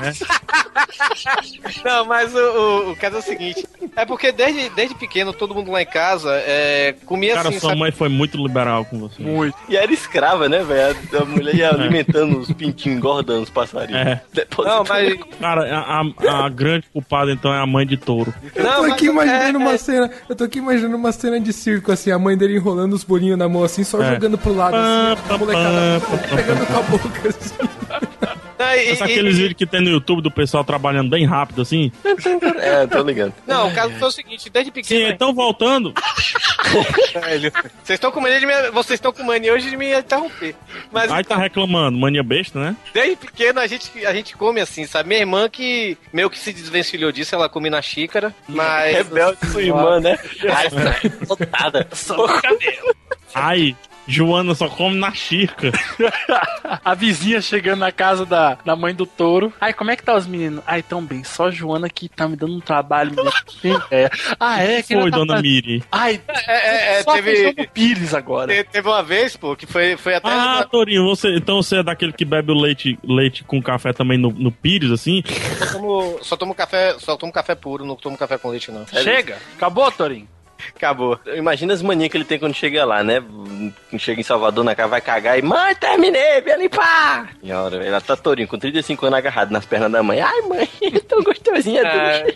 É. Não, mas o, o, o caso é o seguinte. É porque desde, desde pequeno, todo mundo lá em casa é, comia cara, assim... Cara, sua sabe? mãe foi muito liberal com você. Muito. E era escrava, né, velho? A mulher ia alimentando os pintinhos, engordando os passarinhos. É. Não, mas... Cara, a, a, a grande culpada, então, é a mãe de touro. Eu tô Não, aqui mas, imaginando é, uma é... cena... Eu tô aqui imaginando uma cena de circo, assim, a mãe dele enrolando os bolinhos na mão, assim, só é. jogando pro lado, assim, a molecada pegando com a boca, assim. E, Sabe aqueles vídeos que tem no YouTube do pessoal trabalhando bem rápido, assim? É, tô ligado. Não, o caso foi o seguinte, desde pequeno... Sim, então voltando... Vocês estão com mania de me... Vocês estão com mania hoje de me interromper. Mas, aí tá reclamando, mania besta, né? Desde pequeno a gente, a gente come assim, sabe? Minha irmã que meio que se desvencilhou disso, ela come na xícara, mas... Rebelde sua irmã, né? Ai, soltada. Só no cabelo. Ai... Joana só come na xícara. A vizinha chegando na casa da, da mãe do touro. Ai, como é que tá os meninos? Ai, tão bem. Só a Joana que tá me dando um trabalho. É. Ah, é? Que foi, tá dona faz... Miri? Ai, é, é, só teve... Pires agora. Te, teve uma vez, pô, que foi, foi até... Ah, uma... Torinho, você, então você é daquele que bebe o leite, leite com café também no, no Pires, assim? Só tomo, só tomo café, só tomo café puro, não tomo café com leite, não. Chega! Acabou, Torinho? Acabou. Imagina as manias que ele tem quando chega lá, né? Chega em Salvador, na casa, vai cagar e... Mãe, terminei, vem limpar! E a hora, ela tá Torinho, com trinta e cinco anos agarrado nas pernas da mãe. Ai, mãe, tão gostosinha. É.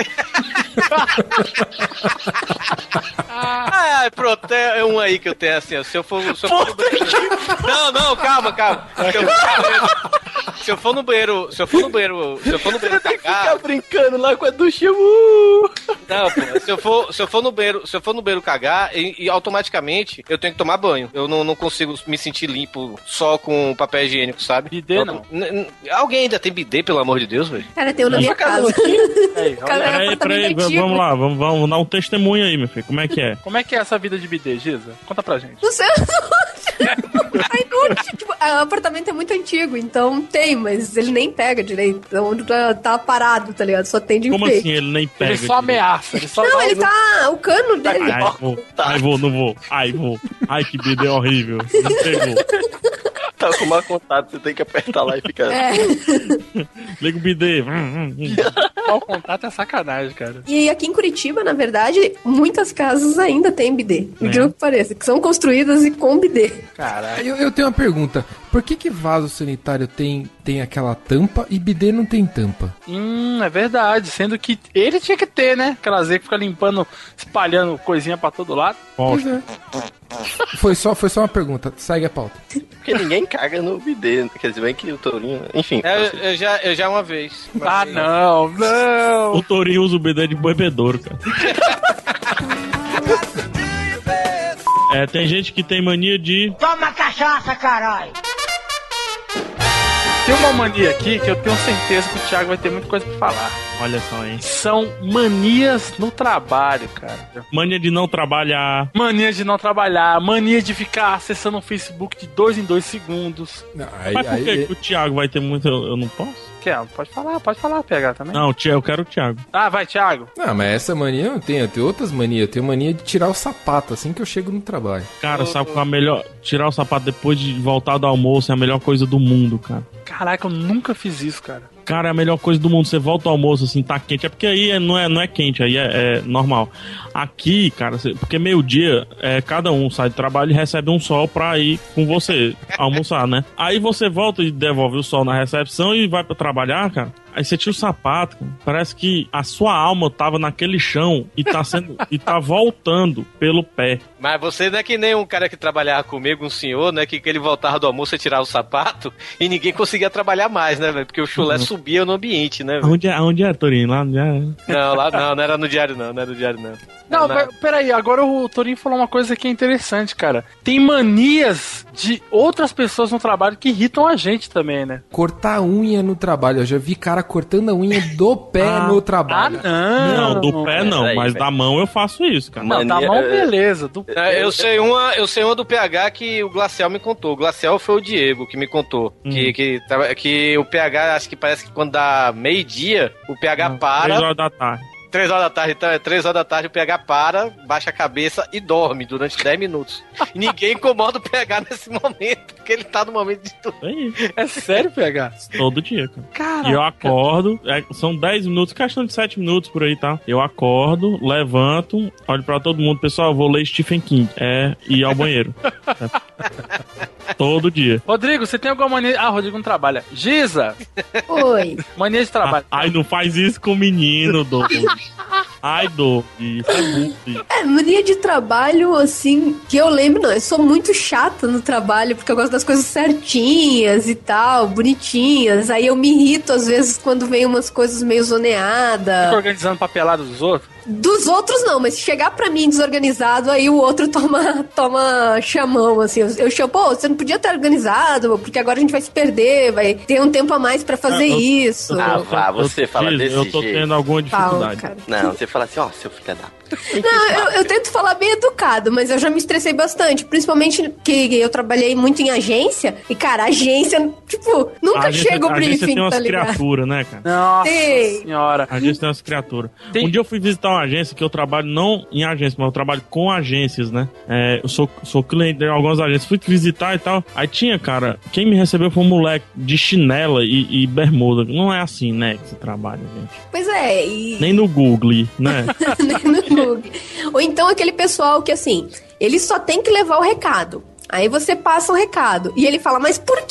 Ah, pronto, é um aí que eu tenho assim, ó, se eu for... Se eu for... Não, não, calma, calma. Se eu, se eu for no banheiro, se eu for no banheiro, se eu for no banheiro cagar, ficar brincando lá com a ducha. Uh! Não, pô, se eu for, se eu for no banheiro, se eu for no banheiro cagar, e, e automaticamente eu tenho que tomar banho. Eu não, não consigo me sentir limpo só com papel higiênico, sabe? Bidê não. N- n- alguém ainda tem bidê, pelo amor de Deus, velho? Cara, tem um na minha casa. Peraí, peraí, vamos lá, vamos, vamos dar um testemunho aí, meu filho. Como é que é? Como é que é essa vida de bidê, Giza? Conta pra gente. Não sei, Ai, não, tipo, o apartamento é muito antigo, então tem, mas ele nem pega direito. Então tá parado, tá ligado? Só tem de Como enfeite. assim ele nem pega? Ele só ameaça. Ele só Não, ele tá... O cano dele... Ai, vou, ai, vou, não vou. Ai, vou. Ai, que bidê horrível. Não pegou. Tá com mau contato, você tem que apertar lá e ficar... É. Liga o bidê. Mau contato é sacanagem, cara. E aqui em Curitiba, na verdade, muitas casas ainda tem bidê. É. Incrível que pareça, que são construídas e com bidê. Caralho. Eu, eu tenho uma pergunta. Por que que vaso sanitário tem, tem aquela tampa e bidê não tem tampa? Hum, é verdade. Sendo que ele tinha que ter, né? Aquela Z que fica limpando, espalhando coisinha pra todo lado. Pois é. Foi só, foi só uma pergunta. Segue a pauta. Porque ninguém caga no bidê. Quer dizer, bem que o Tourinho... Enfim. É, eu, eu já, eu já uma vez. Ah, não, não. O Tourinho usa o bidê de bebedouro, cara. É, tem gente que tem mania de... Toma cachaça, caralho! Tem uma mania aqui que eu tenho certeza que o Thiago vai ter muita coisa pra falar. Olha só, hein? São manias no trabalho, cara. Mania de não trabalhar. Mania de não trabalhar. Mania de ficar acessando o Facebook de dois em dois segundos. Não, aí, Mas por aí, que aí, que o Thiago vai ter muito... Eu, eu não posso? Quer? Pode falar, pode falar, P H também. Não, eu quero o Thiago. Ah, vai, Thiago. Não, mas essa mania eu não tenho. Eu tenho outras manias. Eu tenho mania de tirar o sapato assim que eu chego no trabalho. Cara, sabe qual é a melhor... Tirar o sapato depois de voltar do almoço é a melhor coisa do mundo, cara. Caraca, eu nunca fiz isso, cara. Cara, é a melhor coisa do mundo. Você volta ao almoço, assim, tá quente. É porque aí é, não, é, não é quente, aí é, é normal. Aqui, cara, você, porque meio-dia, é, cada um sai do trabalho e recebe um sol pra ir com você almoçar, né? Aí você volta e devolve o sol na recepção e vai pra trabalhar, cara. Aí você tira o sapato, cara. Parece que a sua alma tava naquele chão e tá sendo e tá voltando pelo pé. Mas você não é que nem um cara que trabalhava comigo, um senhor, né? Que, que ele voltava do almoço e tirava o sapato e ninguém conseguia trabalhar mais, né, velho? Porque o chulé Uhum. subia no ambiente, né, velho? Aonde é, aonde é, Torinho? Lá onde é? Não, lá não, não era no diário, não, não era no diário, não. Não, Não, pe- peraí, agora o Torinho falou uma coisa que é interessante, cara. Tem manias de outras pessoas no trabalho que irritam a gente também, né? Cortar unha no trabalho. Eu já vi cara cortando a unha do pé Ah, no trabalho. Não, Não, do pé não, Peraí, mas velho. da mão eu faço isso, cara. Não, da Mania- mão, beleza. Do... É, Eu sei uma, eu sei uma do P H que o Glacial me contou. O Glacial foi o Diego que me contou. Hum. Que, que, tava- que o P H, acho que parece que quando dá meio-dia, o P H para. Três horas da tarde. Três horas da tarde, então é três horas da tarde, o P H para, baixa a cabeça e dorme durante dez minutos. E ninguém incomoda o P H nesse momento, porque ele tá no momento de tudo. Aí, É sério, P H? todo dia, cara. Caraca. E eu acordo, é, são dez minutos, questão de sete minutos por aí, tá? Eu acordo, levanto, olho pra todo mundo, pessoal, eu vou ler Stephen King. É, e ir ao banheiro. É. Todo dia. Rodrigo, você tem alguma mania... Ah, Rodrigo não trabalha. Giza, Oi. mania de trabalho. Ah, ai, não faz isso com o menino, Doug. Ai, Doug, isso é muito. É, mania de trabalho, assim, que eu lembro, não, eu sou muito chata no trabalho, porque eu gosto das coisas certinhas e tal, bonitinhas. Aí eu me irrito, às vezes, quando vem umas coisas meio Fica zoneadas. organizando papelada dos outros. Dos outros, não, mas se chegar pra mim desorganizado, aí o outro toma, toma chamão, assim. Eu, eu chamo, pô, você não podia ter organizado, porque agora a gente vai se perder, vai ter um tempo a mais pra fazer Ah, eu- isso. Ah, vá, você fala Diz, desse eu tô jeito. tendo alguma Fala, dificuldade. cara. Não, você fala assim, ó, seu filho da... Não, eu, eu tento falar bem educado, mas eu já me estressei bastante. Principalmente que eu trabalhei muito em agência. E, cara, agência, tipo, nunca A agência- chega o a agência briefing, tem umas tá ligado? criaturas, né, cara? Nossa Sei. senhora. A agência tem umas criaturas. Tem- Um dia eu fui visitar uma agência que eu trabalho não em agência, mas eu trabalho com agências, né? É, eu sou, sou cliente de algumas agências. Fui visitar e tal. Aí tinha, cara, quem me recebeu foi um moleque de chinela e, e bermuda. Não é assim, né, que você trabalha, gente. Pois é, e... Nem no Google, né? Nem no Google. Ou então aquele pessoal que, assim, ele só tem que levar o recado. Aí você passa o recado. E ele fala, mas por quê?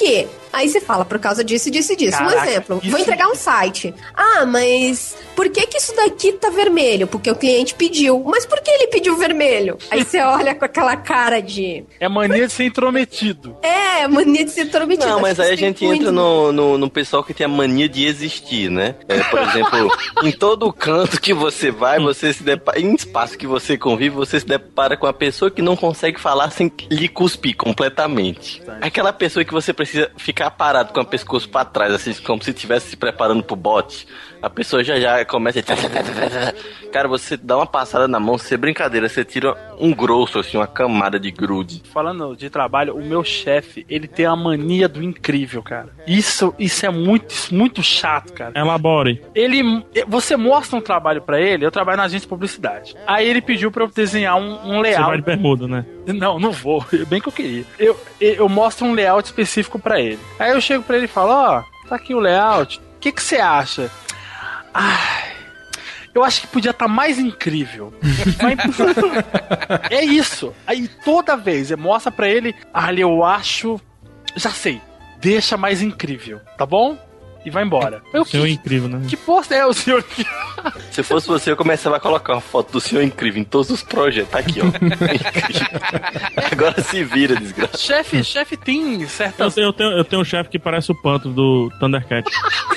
Aí você fala, por causa disso, disso e disso. Caraca, um exemplo, isso... vou entregar um site. Ah, mas por que que isso daqui tá vermelho? Porque o cliente pediu. Mas por que ele pediu vermelho? Aí você olha com aquela cara de... É mania de ser intrometido. É, mania de ser intrometido. Não, mas aí a gente entra no, no, no pessoal que tem a mania de existir, né? É, por exemplo, em todo canto que você vai, você se depara... Em espaço que você convive, você se depara com a pessoa que não consegue falar sem lhe cuspir completamente. Aquela pessoa que você precisa ficar parado com o pescoço pra trás, assim, como se estivesse se preparando pro bote. A pessoa já já começa a... Cara, você dá uma passada na mão, sem brincadeira, você tira um grosso, assim, uma camada de grude. Falando de trabalho, o meu chefe, ele tem a mania do incrível, cara. Isso, isso é muito, muito chato, cara. Elabore. Ele, você mostra um trabalho pra ele, eu trabalho na agência de publicidade. Aí ele pediu pra eu desenhar um, um layout. Você vai de bermuda, né? Não, não vou, bem que eu queria. Eu, eu mostro um layout específico pra ele. Aí eu chego pra ele e falo, ó, oh, tá aqui o layout, o que que você acha? Ai, eu acho que podia estar mais incrível. É isso. Aí toda vez eu mostro pra ele, ali eu acho, já sei, deixa mais incrível, tá bom? E vai embora. O senhor que, incrível, né? Que posto é o senhor que... Se fosse você, eu começava a colocar uma foto do senhor incrível em todos os projetos. Tá aqui, ó. Agora se vira, desgraça. Chefe, chefe tem certas... Eu tenho, eu tenho, eu tenho um chefe que parece o Panto do Thundercat.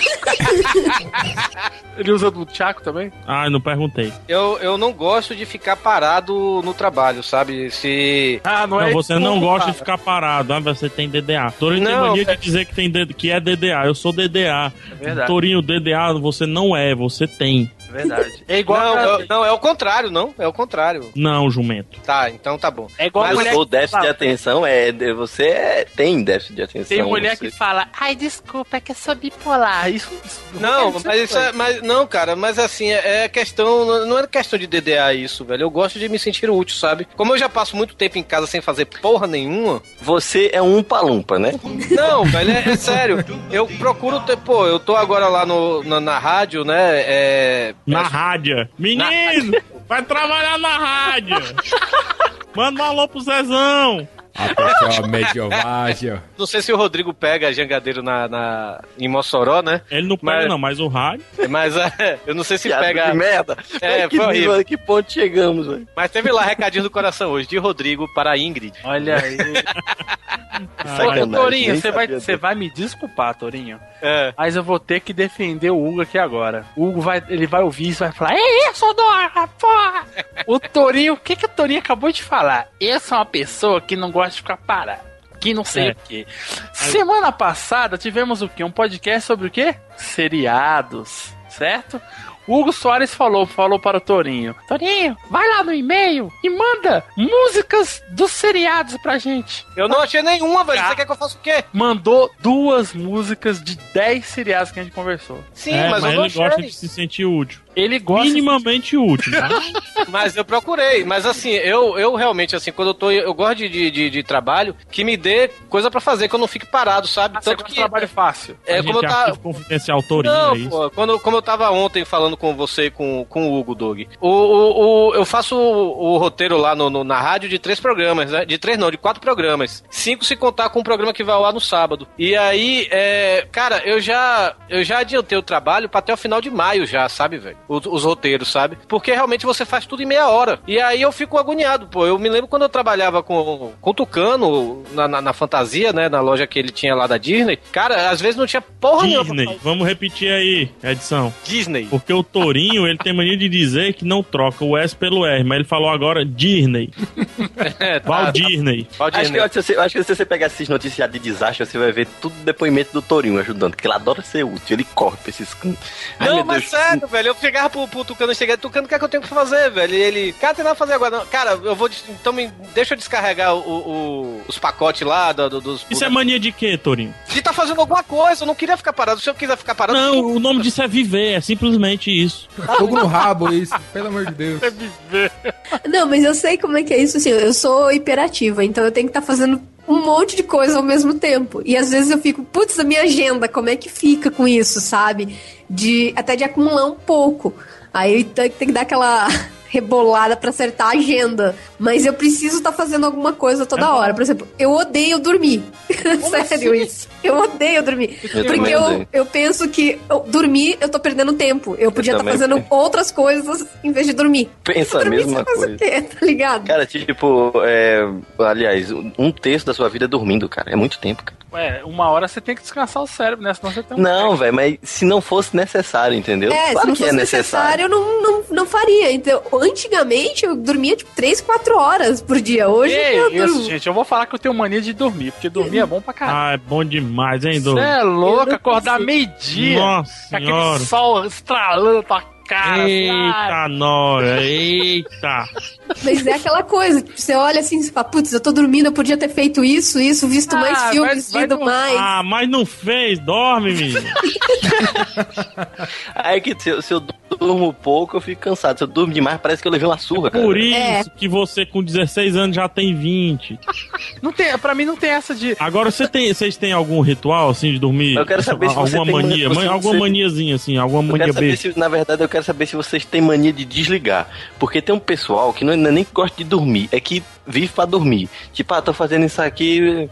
Ele usa do Chaco também? Ah, não perguntei. Eu, eu não gosto de ficar parado no trabalho, sabe? Se... Ah, não, não é você não gosta cara. de ficar parado. Ah, você tem D D A. Torinho tem mania é... de dizer que, tem D... que é D D A. Eu sou D D A. É verdade. Torinho, D D A você não é, você tem. Verdade. É igual não, a... é, não, é o contrário, não. É o contrário. Não, jumento. Tá, então tá bom. É igual mas mulher o déficit fala. de atenção é... Você é, tem déficit de atenção. Tem mulher você... que fala, ai, desculpa, é que eu sou bipolar. Isso, isso não, não mas isso é... Mas, não, cara, mas assim, é questão... Não é questão de D D A isso, velho. Eu gosto de me sentir útil, sabe? Como eu já passo muito tempo em casa sem fazer porra nenhuma... Você é um palumpa, né? Não, velho, é, é sério. Eu procuro ter... Pô, eu tô agora lá no, na, na rádio, né? É... Na rádio. Menino, vai trabalhar na rádio. Manda um alô pro Zezão. A pessoa mediovagem. Não sei se o Rodrigo pega jangadeiro na, na, em Mossoró, né? Ele não pega, mas, não, mas o rádio. Mas é, eu não sei se Piada pega. De merda. É, que, foi horrível. Nível, que ponto chegamos, velho. Mas teve lá recadinho do coração hoje, de Rodrigo para a Ingrid. Olha aí. Ô, Torinho, você vai, você vai me desculpar, Torinho. É. Mas eu vou ter que defender o Hugo aqui agora. O Hugo vai, ele vai ouvir isso e vai falar: é isso, Dora, porra! O Torinho, o que, que o Torinho acabou de falar? Eu sou uma pessoa que não gosta de ficar parada. Que não sei é. o quê. Semana passada tivemos o quê? Um podcast sobre o quê? Seriados, certo? O Hugo Soares falou, falou para o Torinho: Torinho, vai lá no e-mail e manda músicas dos seriados pra gente. Eu não achei nenhuma, velho. Você quer que eu faça o quê? Mandou duas músicas de dez seriados que a gente conversou. Sim, é, mas, mas eu não ele achei. Gosta de se sentir útil. Ele gosta minimamente de... útil, tá? Mas eu procurei, mas assim, eu, eu realmente, assim, quando eu tô, eu gosto de, de, de trabalho que me dê coisa pra fazer, que eu não fique parado, sabe? Ah, Tanto que trabalho fácil. É, a como eu tava... confidencial Torinho, não, é isso? Pô, quando, como eu tava ontem falando com você e com, com o Hugo, Doug, o, o, o, eu faço o, o roteiro lá no, no, na rádio de três programas, né? De três não, de quatro programas. Cinco se contar com um programa que vai ao ar no sábado. E aí, é, cara, eu já, eu já adiantei o trabalho pra até o final de maio já, sabe, velho? Os, os roteiros, sabe? Porque realmente você faz tudo em meia hora. E aí eu fico agoniado, pô. Eu me lembro quando eu trabalhava com, com o Tucano na, na, na Fantasia, né? Na loja que ele tinha lá da Disney. Cara, às vezes não tinha porra Disney. nenhuma. Disney. Vamos repetir aí, edição. Disney. Porque o Torinho, ele tem mania de dizer que não troca o S pelo R, mas ele falou agora Disney. É, tá, Val Disney. Val Disney. Acho que, se você, acho que se você pegar esses noticiários de desastre, você vai ver tudo depoimento do Torinho ajudando, porque ele adora ser útil, ele corre pra esses cantos. Não, mas Deus. sério, velho, eu chegava pro, pro Tucano, eu cheguei, Tucano, o que é que eu tenho que fazer, velho? E ele, cara, tem nada pra fazer agora, não. Cara, eu vou, então me, deixa eu descarregar o, o, os pacotes lá do, do, dos... Isso é mania de quê, Torinho? De tá fazendo alguma coisa, eu não queria ficar parado, se eu quiser ficar parado... Não, o nome disso é viver, é simplesmente isso. Fogo no rabo, isso, pelo amor de Deus. É viver. Não, mas eu sei como é que é isso, assim, eu sou hiperativa, então eu tenho que estar tá fazendo um monte de coisa ao mesmo tempo. E às vezes eu fico, putz, a minha agenda, como é que fica com isso, sabe? De, até de acumular um pouco. Aí tem, tem que dar aquela rebolada pra acertar a agenda. Mas eu preciso estar tá fazendo alguma coisa toda é hora. Por exemplo, eu odeio dormir. Sério assim? isso. Eu odeio dormir. Eu porque eu, eu penso que eu, dormir, eu tô perdendo tempo. Eu podia estar tá fazendo penso. outras coisas em vez de dormir. Pensa a mesma coisa. O quê, tá ligado? Cara, tipo, é, aliás, um terço da sua vida é dormindo, cara. É muito tempo, cara. Ué, uma hora você tem que descansar o cérebro, né? Senão você tem um... Não, velho, mas se não fosse necessário, entendeu? É, claro se não que fosse é necessário, necessário eu não, não, não faria. Então, antigamente eu dormia tipo três, quatro horas por dia. Hoje que eu isso, durmo. gente, eu vou falar que eu tenho mania de dormir, porque dormir é bom pra caralho. Ah, é bom demais, hein, Douglas? Você é louco, acordar meio-dia. Nossa aquele senhora. sol estralando tua cara. Eita, Nora, eita. Mas é aquela coisa, você olha assim e fala, putz, eu tô dormindo, eu podia ter feito isso, isso, visto Ah, mais filmes, vai- vai lido dormir. mais. Ah, mas não fez, dorme, menino. Aí que se eu, se eu durmo pouco, eu fico cansado. Se eu durmo demais, parece que eu levei uma surra, cara. Por isso É. que você com dezesseis anos já tem vinte. Não tem, pra mim não tem essa de... Agora, você tem, vocês têm algum ritual, assim, de dormir? Eu quero saber se você alguma tem mania, mania- man- alguma você- maniazinha, assim, alguma Eu mania quero saber besta. se, na verdade, eu quero saber se vocês têm mania de desligar. Porque tem um pessoal que não é não é nem que gosta de dormir, é que vive pra dormir. Tipo, ah, tô fazendo isso aqui.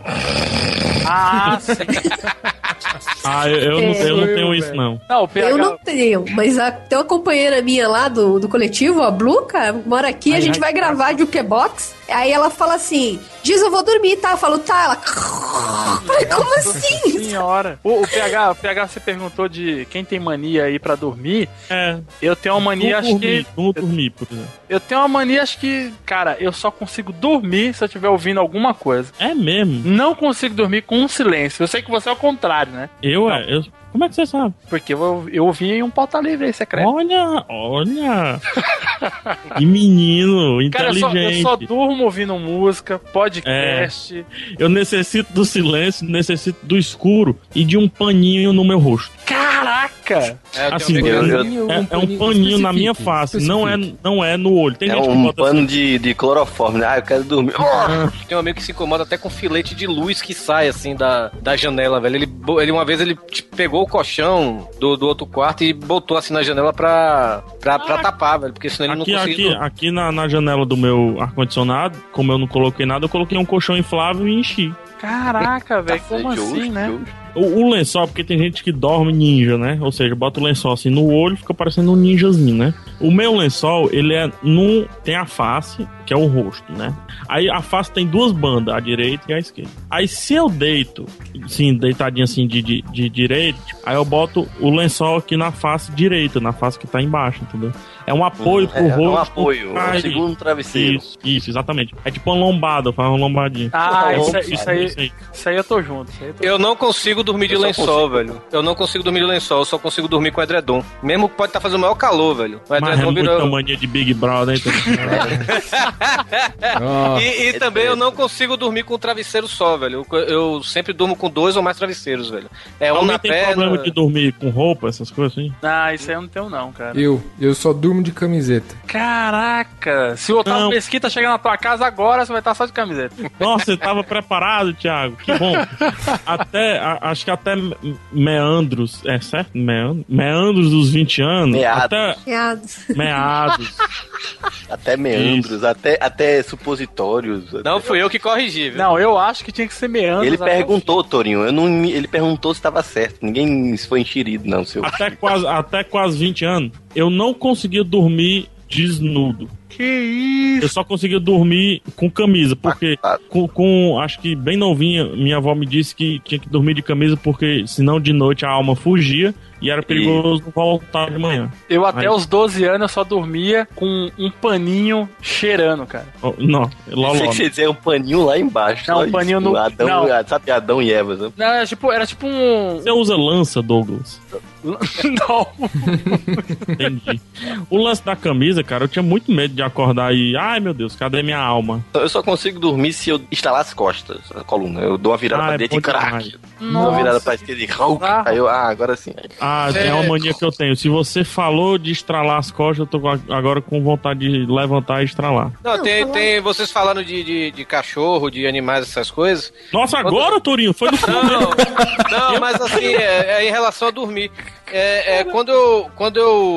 Ah, sim. Ah, eu, eu não, É. eu não tenho isso, não. Não, o P H... Eu não tenho, mas a, tem uma companheira minha lá do, do coletivo, a Blue, cara, mora aqui, Ai, a gente ai, vai gravar de Jukebox, aí ela fala assim, diz eu vou dormir, tá? Eu falo, tá, ela... Falei, como assim? Senhora. O, o, PH, o PH, você perguntou de quem tem mania aí pra dormir. É. Eu tenho uma mania, Não acho dormir, que... não dormir, por exemplo. Eu tenho uma mania, acho que... Cara, eu só consigo dormir se eu estiver ouvindo alguma coisa. É mesmo? Não consigo dormir com um silêncio. Eu sei que você é o contrário, né? Eu, é, eu... Como é que você sabe? Porque eu, eu ouvi em um pauta livre aí, secreto. Olha, olha. Que menino, Cara, eu só, inteligente. eu só durmo ouvindo música, podcast. Eu necessito do silêncio, necessito do escuro e de um paninho no meu rosto. Caraca! É, eu Assim, tenho eu- medo. eu- é, é um paninho na minha face, não é, não é no olho. Tem É gente que um bota pano assim. de, de cloroforme, né? Ah, eu quero dormir. Tem um amigo que se incomoda até com filete de luz que sai assim da, da janela, velho. Ele, bo- ele uma vez ele tipo, pegou o colchão do, do outro quarto e botou assim na janela pra, pra, pra tapar, velho. Porque senão ele Aqui, não aqui, conseguia. aqui na, na janela do meu ar-condicionado, como eu não coloquei nada, eu coloquei um colchão inflável e enchi. Caraca, velho, como Justo, assim, né? justo. O, o lençol, porque tem gente que dorme ninja, né? Ou seja, bota o lençol assim no olho e fica parecendo um ninjazinho, né? O meu lençol, ele é num... Tem a face, que é o rosto, né? Aí a face tem duas bandas, a direita e a esquerda. Aí se eu deito, sim, deitadinho assim de, de, de direito, aí eu boto o lençol aqui na face direita, na face que tá embaixo, entendeu? É um apoio Hum, pro é, rosto. é um apoio, é um Ai, segundo travesseiro. Isso, isso, exatamente. É tipo uma lombada, faz uma lombadinha. Ah, Não, isso, não, aí- isso, aí, isso aí. isso aí eu tô junto. Isso aí eu tô... Eu não consigo dormir de Eu só lençol, consigo. velho. Eu não consigo dormir de lençol, eu só consigo dormir com edredom. Mesmo que pode estar fazendo o maior calor, velho. O Mas é edredom muita virou. mania de Big Brother, hein? Ó, E, e também eu não consigo dormir com um travesseiro só, velho. Eu, eu sempre durmo com dois ou mais travesseiros, velho. É um Alguém na tem perna. problema de dormir com roupa, essas coisas assim? Ah, isso aí eu não tenho não, cara. eu, eu só durmo de camiseta. Caraca! Se o Otávio Não. Mesquita chegar na tua casa agora, você vai estar só de camiseta. Nossa, você tava preparado, Thiago. Que bom. Até, a- acho que até me- meandros, é certo? Meandros, meandros dos vinte anos. Meados. Até Piadas. meados. Até meandros, até, até supositórios. Não até- fui eu que corrigi, velho. Não, eu acho que tinha que ser meandros. Ele até o perguntou, Torinho. Eu não, me- ele perguntou se estava certo. Ninguém foi enxerido, não, seu. Até quase, até quase vinte anos. Eu não conseguia dormir desnudo. Que isso? Eu só conseguia dormir com camisa, porque com, com- acho que bem novinha, minha avó me disse que tinha que dormir de camisa porque senão de noite a alma fugia e era perigoso voltar de manhã. Eu até Aí- os doze anos eu só dormia com um paninho cheirando, cara. Oh, não, loló. Sei que você dizer um paninho lá embaixo. Não, só um isso. paninho no- Adão, não. Sabe Adão e Eva, né? Não, era tipo, era tipo um. Você usa lança, Douglas? Não. Entendi. O lance da camisa, cara, eu tinha muito medo de acordar e, ai meu Deus, cadê minha alma? Eu só consigo dormir se eu instalar as costas, a coluna. Eu dou uma virada Ah, pra é direita bom e crack. demais. Dou uma virada pra esquerda e Hulk. Ah. Aí eu, ah, agora sim. Ah, é uma mania que eu tenho. Se você falou de estralar as costas, eu tô agora com vontade de levantar e estralar. Não, tem, tem vocês falando de, de, de cachorro, de animais, essas coisas. Nossa, agora, Torinho? Foi no Não, não, mas assim, é, é em relação a dormir. É, é, quando eu. Quando eu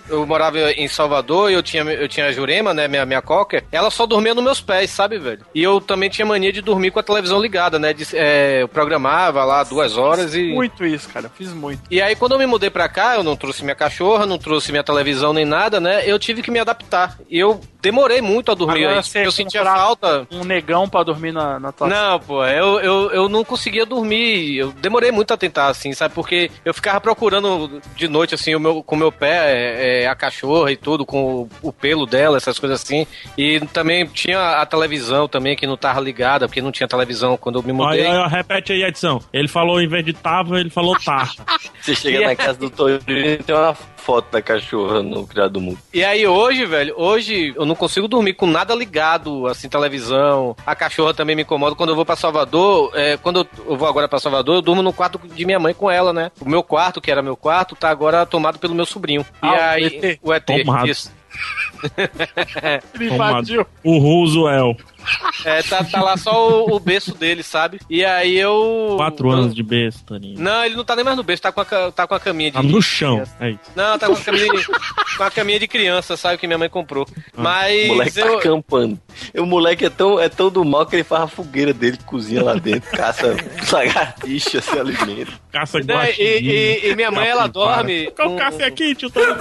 eu morava em Salvador e eu tinha, eu tinha a Jurema, né, minha, minha cocker, ela só dormia nos meus pés, sabe, velho? E eu também tinha mania de dormir com a televisão ligada, né? De, é, eu programava lá duas horas e... Muito isso, cara, fiz muito. E aí, quando eu me mudei pra cá, eu não trouxe minha cachorra, não trouxe minha televisão nem nada, né? Eu tive que me adaptar. E eu demorei muito a dormir. Agora Aí, você eu sentia falta... Um negão pra dormir na, na tua... Não, pô, eu, eu, eu não conseguia dormir. Eu demorei muito a tentar, assim, sabe? Porque eu ficava procurando de noite, assim, o meu, com o meu pé, é, é, a cachorra e tudo, com o, o pelo dela, essas coisas assim. E também tinha a televisão também, que não tava ligada, porque não tinha televisão quando eu me mudei. Olha, olha, repete aí, Edson. Ele falou, em vez de tava, ele falou tá. Você chega na casa do Torinho e tem uma foto da cachorra no criado do mundo. E aí hoje, velho, hoje eu não consigo dormir com nada ligado, assim, televisão. A cachorra também me incomoda. Quando eu vou pra Salvador, é, quando eu vou agora pra Salvador, eu durmo no quarto de minha mãe com ela, né? O meu quarto, que era meu quarto, tá agora tomado pelo meu sobrinho. Ah, e aí, o E T. O E T, Tomado. isso. Ele invadiu. O Roosevelt. É, tá, tá lá só o, o berço dele, sabe? E aí eu... Quatro eu... anos de berço, Torinho. Não, ele não tá nem mais no berço, tá com a, ca- tá com a caminha de... Tá no chão, é isso. Não, tá com a caminha, com a caminha de criança, sabe? Que minha mãe comprou. Mas O moleque eu... tá acampando. E o moleque é tão, é tão do mal que ele faz a fogueira dele, cozinha lá dentro, caça lagartixa, se alimenta. Caça Não, guaxinim. e, e, e minha mãe, ela dorme... Qual caça aqui, tio Torinho?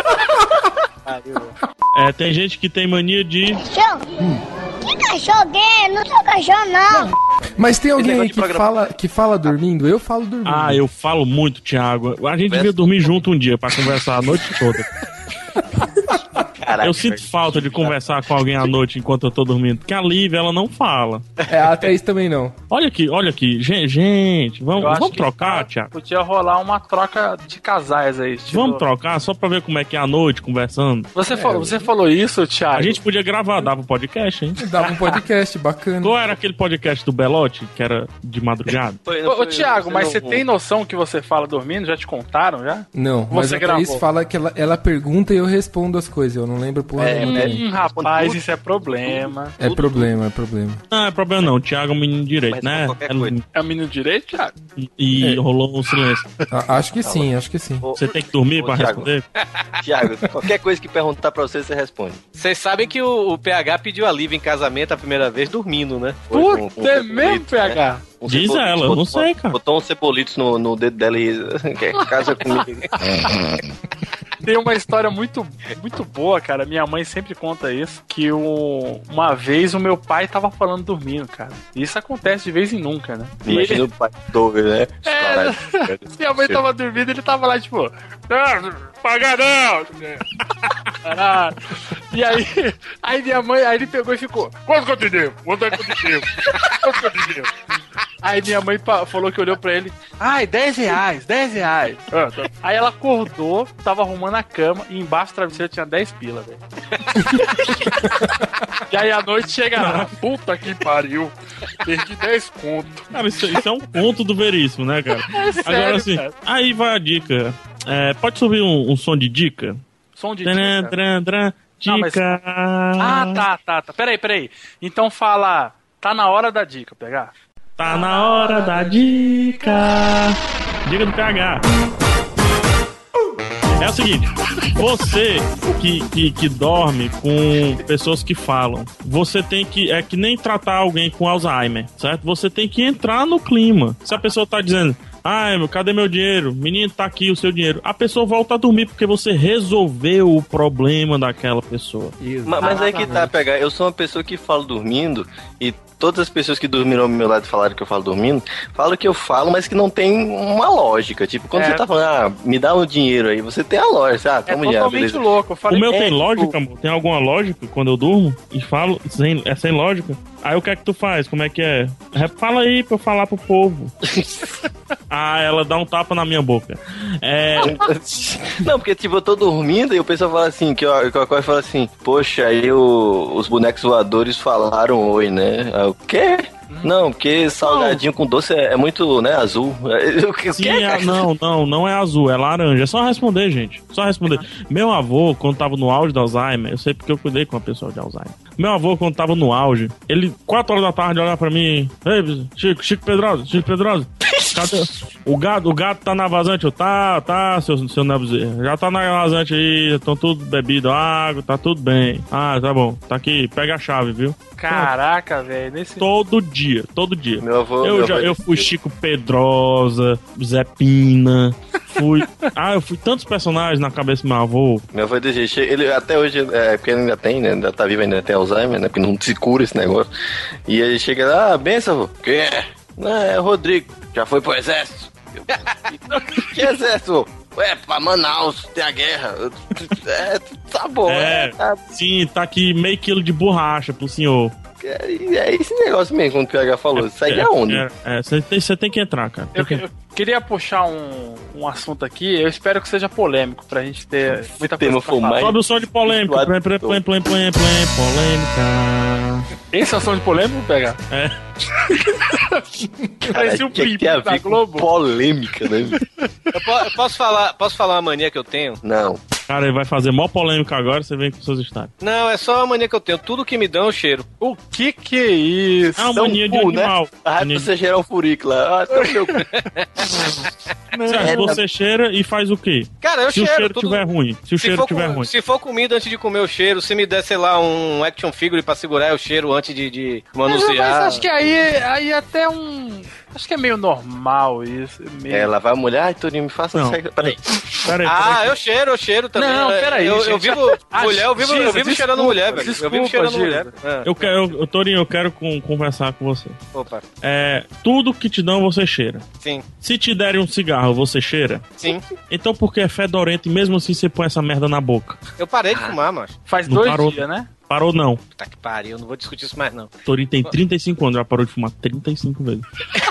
É, tem gente que tem mania de... Que cachorro é? Não sou cachorro, não. Mas tem alguém aí que programa- fala, que fala dormindo? Eu falo dormindo. Ah, eu falo muito, Thiago. A gente devia dormir junto um dia pra conversar a noite toda. Caraca, Eu sinto falta de conversar com alguém à noite enquanto eu tô dormindo, porque a Lívia, ela não fala. É, até isso também não. Olha aqui, olha aqui. Gente, gente vamos, Eu acho vamos que trocar, tá- Thiago? Podia rolar uma troca de casais aí. estilo- Vamos trocar só pra ver como é que é a noite conversando. Você, É, falou, você falou isso, Thiago? A gente podia gravar, dava um podcast, hein? Dava um podcast bacana. Qual era aquele podcast do Belote, que era de madrugada? Foi, Ô, não ô, foi- Thiago, mas não- você tem noção que você fala dormindo? Já te contaram, já? Não, mas Você a gravou. Thaís fala que ela, ela pergunta e eu respondo as coisas. Eu não lembro porra É, nenhuma. é. Hum, rapaz, isso é problema. É problema, é problema. Não, é problema não. O Thiago é um menino direito, Mas né? qualquer É- coisa. É o menino direito, Thiago? E É. rolou um silêncio. A- acho que sim, acho que sim. Ô, Você tem que dormir Ô, pra Thiago. responder? Thiago, qualquer coisa que perguntar pra você, você responde. Vocês sabem que o, o P H pediu a Lívia em casamento a primeira vez dormindo, né? Foi com- Puta, com é cebolito, mesmo, P H? né? Um Diz cebolito, ela, eu não botou- sei, cara. Botou um cebolito no, no dedo dela e quer casa comigo. Tem uma história muito, muito boa, cara. Minha mãe sempre conta isso. Que o, uma vez o meu pai tava falando dormindo, cara. Isso acontece de vez em nunca, né? E Imagina ele- o pai doido, né? Os É, caras- minha mãe tava dormindo, ele tava lá, tipo, não, paga não! Caralho. E aí, aí minha mãe, aí ele pegou e ficou, quanto que eu te devo? Quanto é que eu te devo? Quanto que eu te devo? Aí minha mãe pa- falou que olhou pra ele, ai, dez reais, dez reais. Ah, tá. Aí ela acordou, tava arrumando a cama e embaixo do travesseiro tinha dez pila, velho. E aí a noite chega lá, puta que pariu, perdi dez conto. Cara, isso, isso é um ponto do veríssimo, né, cara? É sério, Agora assim, cara. aí vai a dica. É, pode subir um, um som de dica? Som de Tran, dica. tran, tran, Não, mas- dica. Ah, tá, tá, tá. Peraí, peraí. Então fala, tá na hora da dica, pegar. Tá na hora da dica. Dica do P H. É o seguinte, você que, que, que dorme com pessoas que falam, você tem que, é que nem tratar alguém com Alzheimer, certo? Você tem que entrar no clima. Se a pessoa tá dizendo, ai, meu, cadê meu dinheiro? Menino, tá aqui o seu dinheiro. A pessoa volta a dormir porque você resolveu o problema daquela pessoa. Ma- Mas aí que tá, pegar. Eu sou uma pessoa que falo dormindo e todas as pessoas que dormiram ao meu lado e falaram que eu falo dormindo, falam que eu falo, mas que não tem uma lógica. Tipo, quando É. você tá falando, ah, me dá um dinheiro aí, você tem a lógica. Ah, É tamo já, totalmente beleza. louco. Eu falei, O meu é, tem tipo, lógica, amor? Tem alguma lógica quando eu durmo e falo? Sem, é sem lógica? Aí o que é que tu faz? Como é que é? É, fala aí pra eu falar pro povo. Ah, ela dá um tapa na minha boca. É. Não, porque tipo, eu tô dormindo e o pessoal fala assim, que eu, que eu acordo e fala assim, poxa, aí o- os bonecos voadores falaram oi, né? Aí eu, quê? Não, porque salgadinho com doce é, é muito, né, azul. O que- o Sim, que é- cara? não, não, não é azul, é laranja. É só responder, gente. Só responder. Meu avô, quando tava no auge do Alzheimer, eu sei porque eu cuidei com uma pessoa de Alzheimer. Meu avô, quando tava no auge, ele, quatro horas da tarde, olhava pra mim, ei, Chico, Chico Pedrosa, Chico Pedrosa. Cadê? O gato, o gato tá na vazante, eu, tá, tá, seu, seu Nebuzerra. Já tá na vazante aí, estão tudo bebido água, tá tudo bem. Ah, tá bom. Tá aqui, pega a chave, viu? Caraca, velho. Nesse... Todo dia, todo dia. Meu avô, eu meu já, avô eu fui Chico Pedrosa, Zé Pina, fui... Ah, eu fui tantos personagens na cabeça do meu avô. Meu avô é do jeito, ele até hoje, é, porque ele ainda tem, né, ainda tá vivo, ainda tem Alzheimer, né, porque não se cura esse negócio. E ele chega lá, ah, benção, avô. Quem é? Não, é Rodrigo, já foi pro exército. Que exército? Ué, pra Manaus, tem a guerra. É, tá bom. É, é tá... sim, tá aqui meio quilo de borracha pro senhor. É, é esse negócio mesmo, como o P H falou. Segue é, aonde? É, você é, tem, tem que entrar, cara. Eu, que... eu queria puxar um, um assunto aqui, eu espero que seja polêmico, pra gente ter muita coisa pra falar. Sobe o som de polêmica. Plém, plém, plém, plém, plém, plém, polêmica. Esse é o som de polêmica, pegar? É. Parecia um pipi da Globo. Polêmica, né? eu, po- eu posso falar, posso falar uma mania que eu tenho? Não. Cara, ele vai fazer mó polêmica agora, você vem com seus estádios. Não, é só uma mania que eu tenho. Tudo que me dão eu cheiro. O que que é isso? É uma mania de animal. Né? Ah, você cheirar um furico lá. Ah, meu... Certo, você cheira e faz o quê? Cara, eu se cheiro. Se o cheiro tudo... tiver ruim. Se o se cheiro for tiver com... ruim. Se for comida antes de comer o cheiro, se me der, sei lá, um action figure pra segurar o cheiro antes de, de manusear. Mas, mas acho que aí, aí até um... Acho que é meio normal isso. Meio... É, lavar a mulher, ai, Torinho, me faça não. Peraí. Peraí, peraí. Ah, eu cheiro, eu cheiro também. Não, peraí. Eu, eu vivo. Ah, mulher, eu vivo, Giza, eu vivo desculpa, cheirando mulher, velho. Desculpa, eu vivo cheirando Giza. mulher. É. Eu quero, eu, Torinho, eu quero com, conversar com você. Opa. É, tudo que te dão, você cheira. Sim. Se te derem um cigarro, você cheira? Sim. Então por que é fedorento e mesmo assim você põe essa merda na boca? Eu parei de fumar, macho. Faz Não dois parou, dias, né? Parou não. Puta que pariu, eu não vou discutir isso mais não. Torinho tem trinta e cinco anos, já parou de fumar trinta e cinco vezes.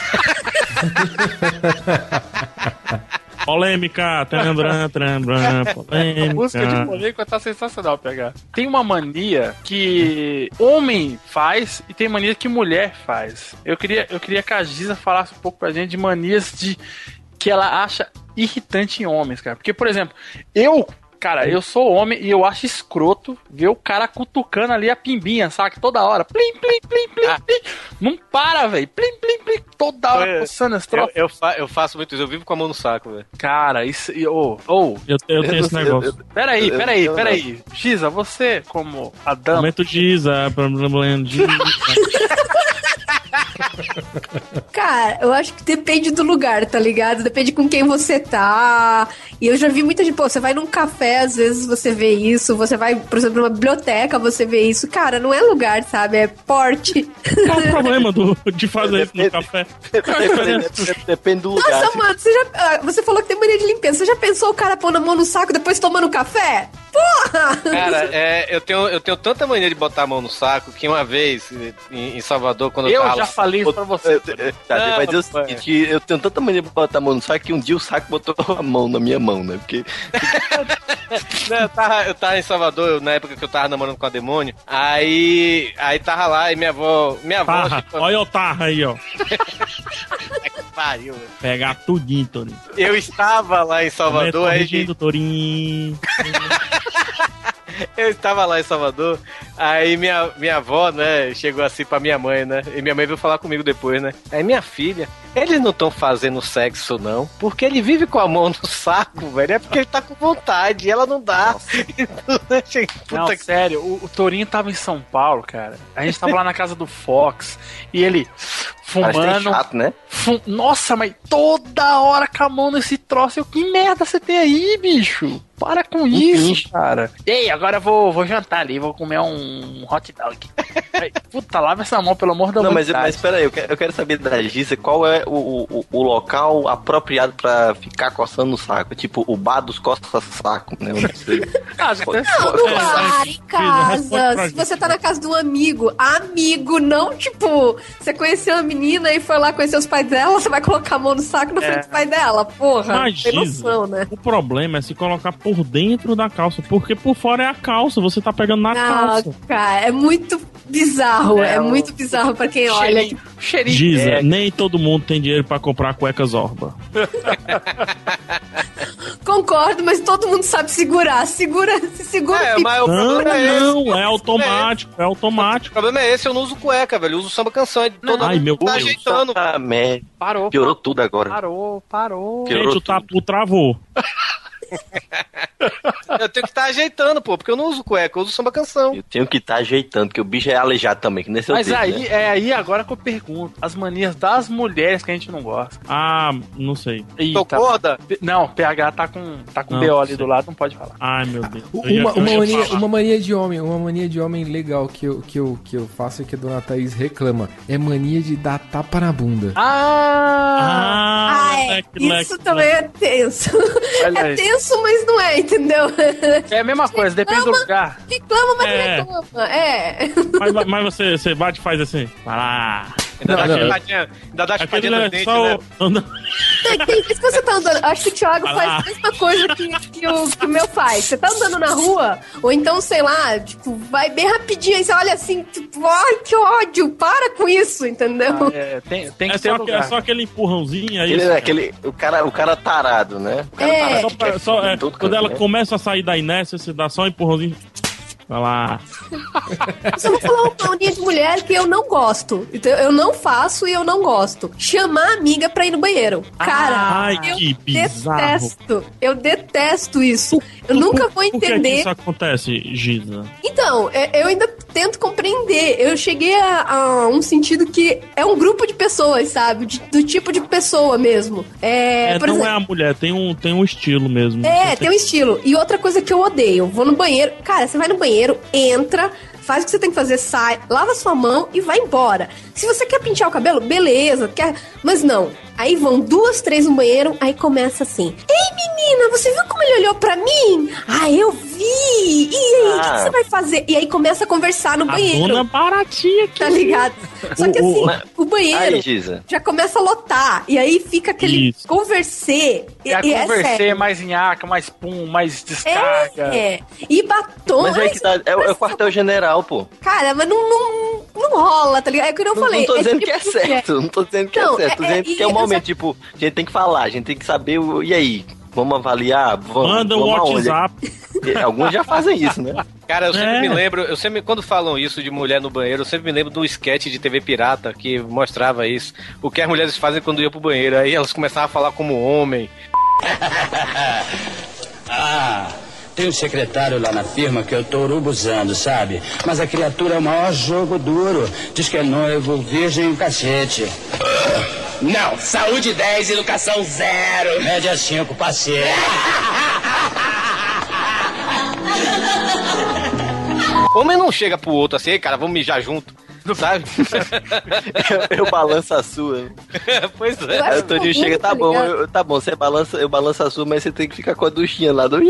Polêmica, trambran, trambran, polêmica. A música de polêmica tá sensacional, pegar. Tem uma mania que homem faz e tem mania que mulher faz. Eu queria, eu queria que a Giza falasse um pouco pra gente de manias de que ela acha irritante em homens, cara. Porque, por exemplo, eu... Cara, eu sou homem e eu acho escroto ver o cara cutucando ali a pimbinha, sabe? Toda hora. Plim, plim, plim, plim, ah. plim. Não para, velho. Plim, plim, plim. Toda hora coçando as troças. Eu, eu, fa- eu faço muito isso. Eu vivo com a mão no saco, velho. Cara, isso... Ô, oh, oh. eu, eu tenho esse negócio. Eu, eu, peraí, peraí, peraí. Giza, você, como a dama... Momento Giza, problema Giza. Cara, eu acho que depende do lugar, tá ligado? Depende com quem você tá. E eu já vi muita gente, pô, você vai num café, às vezes você vê isso, você vai, por exemplo, numa biblioteca, você vê isso. Cara, não é lugar, sabe? É porte. Qual o problema do, de fazer isso no café? Depende, depende do lugar. Nossa, mano, você já. Você falou que tem mania de limpeza. Você já pensou o cara pondo a mão no saco depois tomando café? Porra! Cara, é, eu, tenho, eu tenho tanta mania de botar a mão no saco que uma vez em, em Salvador, quando eu, eu tava... já falei isso pra você. Tá, mas eu, seguinte, eu tenho tanta mania de botar a mão no saco que um dia o saco botou a mão na minha mão, né? Porque... Não, eu, tava, eu tava em Salvador, eu, na época que eu tava namorando com a Demônio, aí, aí tava lá e minha avó... Minha avó tarra. Tipo... Olha o tarra aí, ó. Que pariu, velho. Pegar tudinho, Torinho. Eu estava lá em Salvador... Aí de... Torinho. Eu estava lá em Salvador, aí minha, minha avó, né, chegou assim pra minha mãe, né, e minha mãe veio falar comigo depois, né, aí minha filha, eles não estão fazendo sexo não, porque ele vive com a mão no saco, velho, é porque ele tá com vontade, e ela não dá. Não, que... sério, o, o Torinho tava em São Paulo, cara, a gente tava lá na casa do Fox, e ele fumando... chato, né? Fum... Nossa, mas toda hora com a mão nesse troço, eu, que merda você tem aí, bicho? Para com isso, cara. Ei, agora eu vou, vou jantar ali, vou comer um hot dog. Puta, lava essa mão, pelo amor da Não, mas, mas peraí, eu quero, eu quero saber da Giza qual é o, o, o local apropriado pra ficar coçando no saco. Tipo, o bar dos coça-saco, né? Ah, não, no bar, em casa. Se você tá na casa de um amigo, amigo, não tipo, você conheceu a menina e foi lá conhecer os pais dela, você vai colocar a mão no saco na frente é. do pai dela, porra. Mas, tem noção, né? O problema é se colocar por dentro da calça, porque por fora é a calça, você tá pegando na não, calça. Cara, é muito bizarro, é, é muito bizarro pra quem olha. Tipo, cheirinho. Giza, é. nem todo mundo tem dinheiro pra comprar cueca Zorba. Concordo, mas todo mundo sabe segurar. Segura, se segura. É, mas o Não, problema é esse. não, é automático, é automático. O problema é esse, eu não uso cueca, velho. Eu uso samba canção. É todo Ai, meu tá Deus. ajeitando. Ah, merda. Parou. Piorou tudo agora. Parou, parou. Piorou Gente, o tapu travou. Eu tenho que estar ajeitando, pô, porque eu não uso cueca, eu uso samba canção. Eu tenho que estar ajeitando, porque o bicho é aleijado também, que nem seu Mas dedo, aí, né? é aí agora que eu pergunto. As manias das mulheres que a gente não gosta. Ah, não sei. Eita. Tô gorda? Não, P H tá com, tá com Não, B O ali sei. do lado, não pode falar. Ai, meu Deus. Eu ia- Uma, eu uma, ia mania, falar. uma mania de homem, uma mania de homem legal que eu, que eu, que eu faço e que a dona Thaís reclama. É mania de dar tapa na bunda. Ah! Ah, Ah, é. leque, Isso leque, também é tenso. Olha É aí. tenso, mas não é, entendeu? É a mesma coisa, depende do lugar. Reclama, mas É. não reclama. É. Mas, mas- mas você, você bate e faz assim. Vai lá. Ainda dá Não, não. chupadinha, ainda dá Aquele chupadinha no é dente, só né? o- não, Tem, tem vezes que você tá andando. Acho que o Thiago Ah. faz a mesma coisa que, que, o, que o meu pai. Você tá andando na rua, ou então, sei lá, tipo, vai bem rapidinho, aí você olha assim, tipo, ai, que ódio, para com isso, entendeu? Ah, é, tem, tem que é, ter só, lugar. é só aquele empurrãozinho aí. Aquele, aquele, o, cara, o cara tarado, né? O cara É. tarado, Só que pra- quer só, tudo é, em todo quando canto, ela né? começa a sair da inércia, você dá só um empurrãozinho. Vai lá. Eu só vou falar uma mania de mulher que eu não gosto. Então, eu não faço e eu não gosto. Chamar a amiga pra ir no banheiro. Cara, Ai, eu que bizarro. detesto. Eu detesto isso. Eu nunca vou Por que, que entender. isso acontece, Giza? Então, é- eu ainda tento compreender. Eu cheguei a, a um sentido que é um grupo de pessoas, sabe? De- do tipo de pessoa mesmo. É, É, por não exemplo, é a mulher, tem um, tem um estilo mesmo. é, Você tem um estilo. E outra coisa que eu odeio, vou no banheiro. Cara, você vai no banheiro, entra, faz o que você tem que fazer, sai, lava sua mão e vai embora. Se você quer pentear o cabelo, beleza, quer... mas não. Aí vão duas, três no banheiro, aí começa assim. Ei, menina, você viu como ele olhou pra mim? Ah, eu vi! E aí, o que Ah. que você vai fazer? E aí começa a conversar no A banheiro. dona baratinha aqui. Tá ligado? Só que O- assim, o- o banheiro Aí, Giza. já começa a lotar. E aí fica aquele Isso. conversê. E a e é conversê sério. mais nhaca, mais pum, mais descarga. É, e batom. Mas é que tá, é, o- é o quartel-general, pô. Cara, mas não, não, não rola, tá ligado? É o que eu Não, falei. não tô dizendo tipo que é de certo, não tô dizendo que Não, é certo, tô é- dizendo é- que é o e- momento, tipo, a gente tem que falar, a gente tem que saber, o, e aí, vamos avaliar, vamos, Manda um vamos aonde? WhatsApp. E alguns já fazem isso, né? Cara, eu sempre É. me lembro, eu sempre, quando falam isso de mulher no banheiro, eu sempre me lembro do sketch de T V Pirata que mostrava isso. O que as mulheres fazem quando iam pro banheiro. Aí elas começavam a falar como homem. Ah, tem um secretário lá na firma que eu tô urubuzando, sabe? Mas a criatura é o maior jogo duro. Diz que é noivo, virgem e um cacete. Não, saúde dez, educação zero. Média cinco, passei. Homem não chega pro outro assim, "Ei, cara, vamos mijar junto. Sabe? Eu, eu balanço a sua. Pois é. Aí o Toninho chega, tá bom, eu- tá bom, você balança, eu balanço a sua, mas você tem que ficar com a duchinha lá do.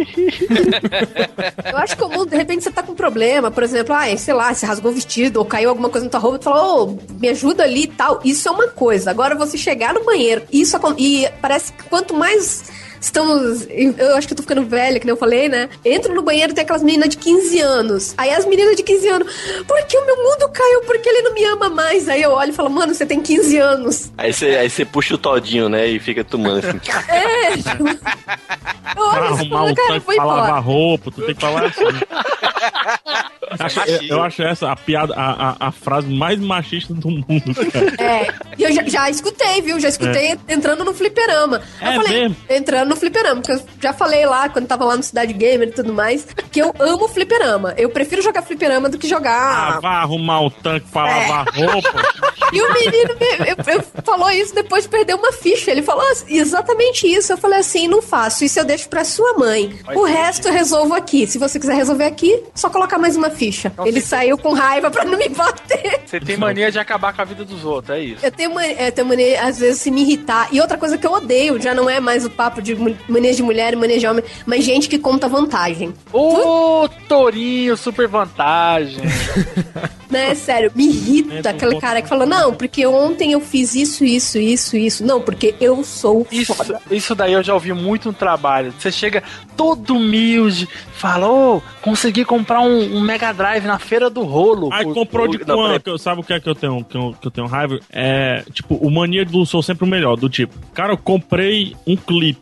Eu acho comum, de repente você tá com um problema, por exemplo, ah, sei lá, se rasgou o vestido ou caiu alguma coisa na tua roupa, tu fala, ô, me ajuda ali e tal. Isso é uma coisa. Agora você chegar no banheiro, isso acon- e parece que quanto mais estamos. Eu acho que eu tô ficando velha, que nem eu falei, né? Entro no banheiro e tem aquelas meninas de quinze anos. Aí as meninas de quinze anos, por que o meu mundo caiu? Porque ele não me ama mais. Aí eu olho e falo, mano, você tem quinze anos. Aí você, aí você puxa o todinho, né? E fica tomando assim. É, eu olho Pra e arrumar falo, um cara, tanque foi pra lavar embora. roupa, tu tem que falar assim. Acho- eu, eu acho essa a piada, a, a, a frase mais machista do mundo, cara. É, e eu já, já escutei, viu? Já escutei entrando no fliperama. Eu É falei, mesmo? entrando no fliperama, porque eu já falei lá, quando tava lá no Cidade Gamer e tudo mais, que eu amo fliperama. Eu prefiro jogar fliperama do que Ah, jogar. vai arrumar o tanque pra É. lavar roupa. E o menino me, eu, eu falou isso depois de perder uma ficha. Ele falou assim, exatamente isso. Eu falei assim, não faço. Isso eu deixo pra sua mãe. O resto eu resolvo aqui. Se você quiser resolver aqui, só colocar mais uma ficha. Ele saiu com raiva pra não me bater. Você tem mania de acabar com a vida dos outros, é isso. Eu tenho, mania, eu tenho mania, às vezes, se me irritar. E outra coisa que eu odeio, já não é mais o papo de mu- mania de mulher e mania de homem, mas gente que conta vantagem. Ô, Torinho, super vantagem. Né, sério, me irrita aquele cara que fala, não, porque ontem eu fiz isso, isso, isso, isso. Não, porque eu sou Isso, foda. isso daí eu já ouvi muito no trabalho. Você chega todo humilde, fala, ô, consegui comprar um, um Mega Drive na feira do rolo. Aí Por- comprou de por- não, quanto? peraí. Sabe o que é que eu tenho, que eu, que eu tenho raiva? É, tipo, o mania do sou sempre o melhor, do tipo, cara, eu comprei um Clips.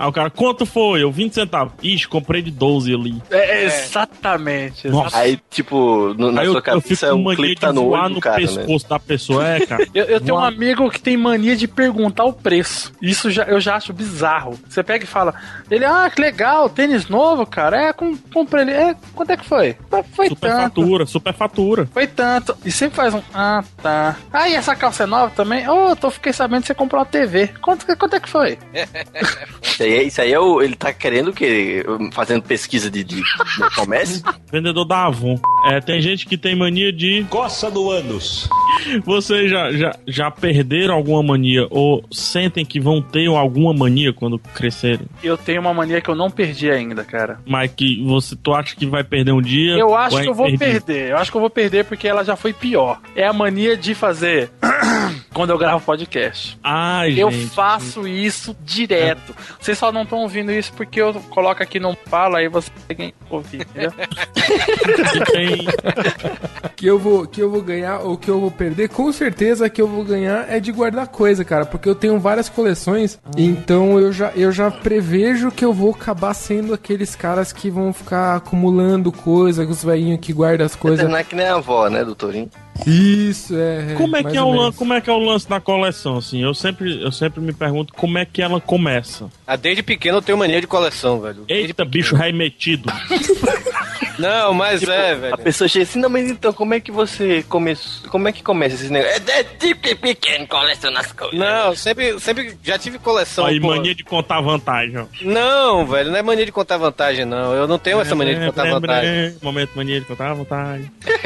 Aí o cara, quanto foi? Eu, vinte centavos. Ixi, comprei de doze ali. É, exatamente. Nossa. Aí, tipo, no, na Aí sua eu, cabeça eu é um clipe tá no olho no do cara, pescoço né? da pessoa, é, cara. Eu, eu tenho um amigo que tem mania de perguntar o preço. Isso já, eu já acho bizarro. Você pega e fala, ele, ah, que legal, tênis novo, cara. É, com, comprei ele. É, quanto é que foi? Foi super tanto. Fatura, super fatura. Foi tanto. E sempre faz um, ah, tá. Ah, e essa calça é nova também? Ô, oh, tô fiquei sabendo que você comprou uma T V. Quanto, quanto é que foi? Isso aí, isso aí é o, ele tá querendo o quê? Fazendo pesquisa de, de, de comércio? Vendedor da Avon. É, tem gente que tem mania de... Coça do ânus. Vocês já, já, já perderam alguma mania ou sentem que vão ter alguma mania quando crescerem? Eu tenho uma mania que eu não perdi ainda, cara. Mas que você, tu acha que vai perder um dia? Eu acho é que eu vou perdido? perder. Eu acho que eu vou perder porque ela já foi pior. É a mania de fazer quando eu gravo podcast. Ai, eu gente. faço isso direto. É. Vocês só não estão ouvindo isso porque eu coloco aqui não fala, aí você tem que ouvir, entendeu? que, eu vou, que eu vou ganhar ou que eu vou perder, com certeza que eu vou ganhar é de guardar coisa, cara, porque eu tenho várias coleções, ah. então eu já, eu já prevejo que eu vou acabar sendo aqueles caras que vão ficar acumulando coisa, os velhinhos que guardam as coisas. Não é que nem a avó, né, doutorinho? Isso, é. Como é, que é o lance, como é que é o lance da coleção, assim? Eu sempre, eu sempre me pergunto como é que ela começa. Ah, desde pequeno eu tenho mania de coleção, velho. Eita, bicho remetido. Não, mas tipo, é, velho. A pessoa chega assim, não, mas então, como é que você começou? Como é que começa esse negócio? É, é tipo pequeno, coleciona as coisas. Não, sempre, sempre já tive coleção. Aí, pô. Mania de contar vantagem, ó. Não, velho, não é mania de contar vantagem, não. Eu não tenho é, essa mania é, de contar é, vantagem. É, momento mania de contar vantagem.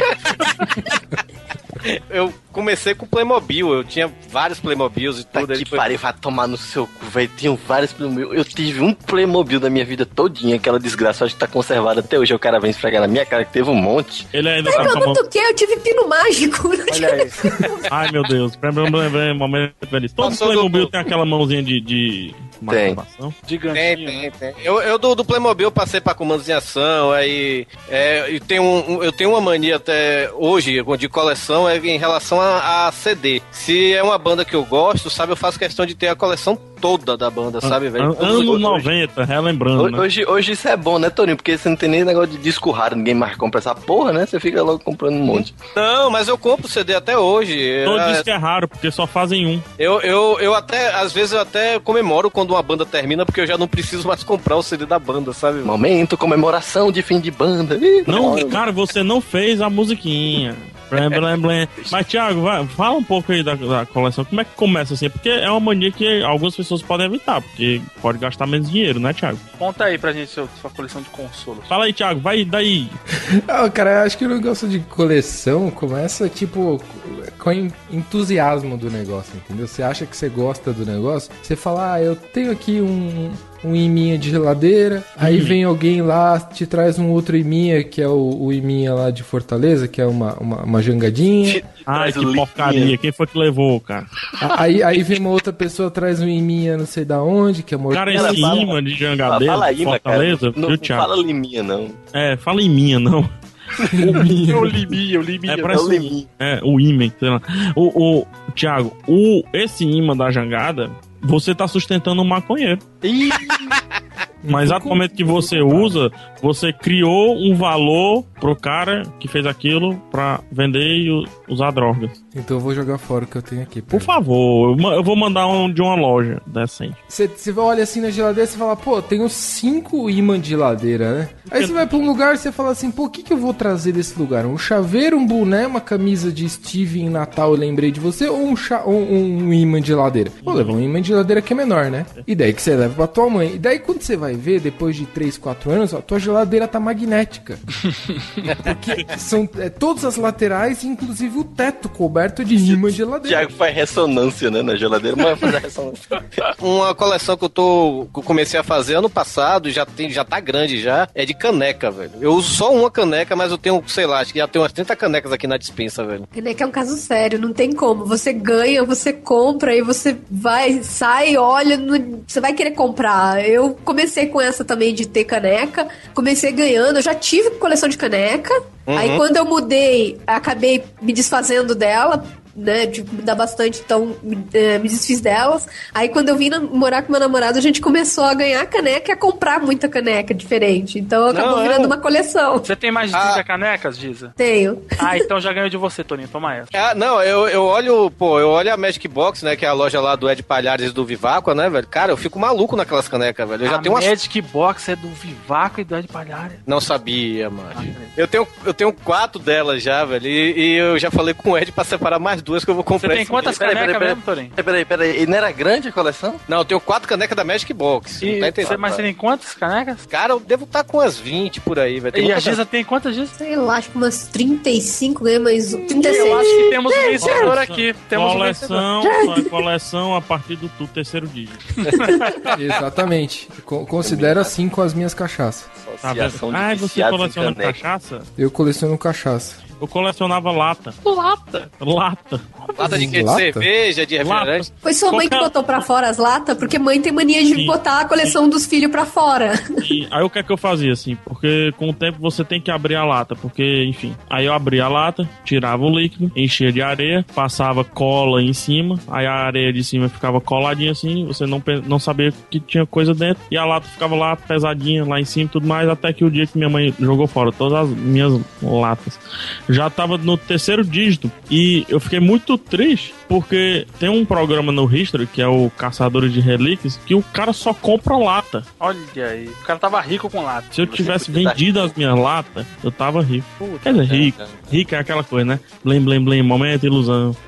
Eu comecei com Playmobil, eu tinha vários Playmobils e tudo. Tá que depois... pariu, vai tomar no seu cu, velho. Tinha vários Playmobil. Eu tive um Playmobil da minha vida todinha, aquela desgraça, acho que tá conservada até hoje. O cara vem esfregar na minha cara que teve um monte. Ele ainda tá pergunta o quê? Eu tive pino mágico. Olha aí. Ai, meu Deus. Momento feliz. Todo Playmobil do... tem aquela mãozinha de... de... Tem. Tem, tem, tem. Eu, eu do, do Playmobil passei pra comandos em ação, aí é, eu, tenho um, eu tenho uma mania até hoje de coleção é em relação a, a C D. Se é uma banda que eu gosto, sabe, eu faço questão de ter a coleção toda da banda, sabe, velho? Anos noventa, relembrando, hoje, né? Hoje, hoje isso é bom, né, Toninho? Porque você não tem nem negócio de disco raro, ninguém mais compra essa porra, né? Você fica logo comprando um monte. Não, mas eu compro C D até hoje. Todo é... disco é raro, porque só fazem um. Eu, eu, eu até, às vezes eu até comemoro quando uma banda termina, porque eu já não preciso mais comprar o C D da banda, sabe? Momento, comemoração de fim de banda. Não, cara, você não fez a musiquinha. Blém, blém, blém. Mas, Thiago, vai, fala um pouco aí da, da coleção. Como é que começa assim? Porque é uma mania que algumas pessoas podem evitar, porque pode gastar menos dinheiro, né, Thiago? Conta aí pra gente sua, sua coleção de consolos. Fala aí, Thiago, vai daí. Ah, cara, eu acho que o negócio de coleção começa, tipo, com entusiasmo do negócio, entendeu? Você acha que você gosta do negócio, você fala, ah, eu tenho aqui um... um iminha de geladeira, hum. aí vem alguém lá, te traz um outro iminha, que é o, o iminha lá de Fortaleza, que é uma, uma, uma jangadinha. Ai, que porcaria, quem foi que levou, cara? Aí, aí vem uma outra pessoa, traz um iminha não sei da onde, que é morto. Cara, esse imã de jangadeira, fala de Fortaleza, não, viu, não fala liminha, não. É, fala iminha, não. o liminha, o liminha, o liminha. É, parece é o liminha. É, o imã, sei lá. O, o, Thiago, o, esse imã da jangada, você tá sustentando um maconheiro. Mas exato no momento que você usa, você criou um valor pro cara que fez aquilo pra vender e usar drogas. Então eu vou jogar fora o que eu tenho aqui. Por favor, eu vou mandar um de uma loja decente. Você olha assim na geladeira e fala, pô, tenho cinco ímãs de geladeira, né? Aí você vai pra um lugar e você fala assim, pô, o que, que eu vou trazer desse lugar? Um chaveiro, um boné, uma camisa de Steve em Natal, eu lembrei de você, ou um, cha- um, um imã de geladeira? Vou levar um imã de geladeira que é menor, né? E daí que você leva pra tua mãe. E daí quando você vai ver, depois de três, quatro anos, a tua geladeira tá magnética. Porque são é, todas as laterais, inclusive o teto coberto de imã de geladeira. Thiago faz ressonância, né, na geladeira, mas vai fazer ressonância. Uma coleção que eu tô que eu comecei a fazer ano passado, já, tem, já tá grande já, é de caneca, velho. Eu uso só uma caneca, mas eu tenho, sei lá, acho que já tenho umas trinta canecas aqui na dispensa, velho. Caneca é um caso sério, não tem como. Você ganha, você compra e você vai, sai, olha, no, você vai querer comprar. Eu comecei com essa também de ter caneca, comecei ganhando, eu já tive coleção de caneca, uhum. Aí quando eu mudei, acabei me desfazendo dela, né, de me dar bastante, então é, me desfiz delas. Aí quando eu vim na, morar com meu namorado, a gente começou a ganhar caneca e a comprar muita caneca diferente. Então acabou Não, virando é. uma coleção. Você tem mais de trinta ah. canecas, Giza? Tenho. Ah, então já ganhou de você, Toninho. Toma essa. Ah, não, eu, eu olho, pô, eu olho a Magic Box, né, que é a loja lá do Ed Palhares e do Viváqua, né, velho? Cara, eu fico maluco naquelas canecas, velho. Eu já a tenho umas... Magic Box é do Viváqua e do Ed Palhares. Não sabia, mano. Ah, eu, tenho, eu tenho quatro delas já, velho, e, e eu já falei com o Ed pra separar mais duas que eu vou comprar. Você tem quantas peraí, canecas peraí, mesmo, Torinho? Peraí, peraí, e não era grande a coleção? Não, eu tenho quatro canecas da Magic Box. E não tá entendendo? Você, mas você tem quantas canecas? Cara, eu devo estar com umas vinte por aí, velho. E a Giza tem quantas, Giza? Sei lá, acho que umas trinta e cinco, né, mas trinta e seis. Eu acho que temos um vencedor aqui. Temos coleção, um vencedor. Coleção a partir do tu, terceiro dígito. Exatamente. Considero assim com as minhas cachaças. Tá vendo? Ah, você coleciona cachaça? Eu coleciono cachaça. Eu colecionava lata. Lata? Lata. Lata de, de cerveja, de refrigerante. Foi sua mãe que botou pra fora as latas? Porque mãe tem mania de sim, botar a coleção sim. dos filhos pra fora. E aí o que é que eu fazia, assim? Porque com o tempo você tem que abrir a lata. Porque, enfim. Aí eu abria a lata, tirava o líquido, enchia de areia, passava cola em cima. Aí a areia de cima ficava coladinha assim. Você não, não sabia que tinha coisa dentro. E a lata ficava lá pesadinha, lá em cima e tudo mais. Até que o dia que minha mãe jogou fora todas as minhas latas. Já tava no terceiro dígito. E eu fiquei muito triste, porque tem um programa no History, que é o Caçadores de Relíquias, que o cara só compra lata. Olha aí, o cara tava rico com lata. Se eu tivesse vendido as minhas latas, eu tava rico. Puta, Quer dizer, rico. Cara. Rico é aquela coisa, né? Blém, blém, blém, momento, ilusão.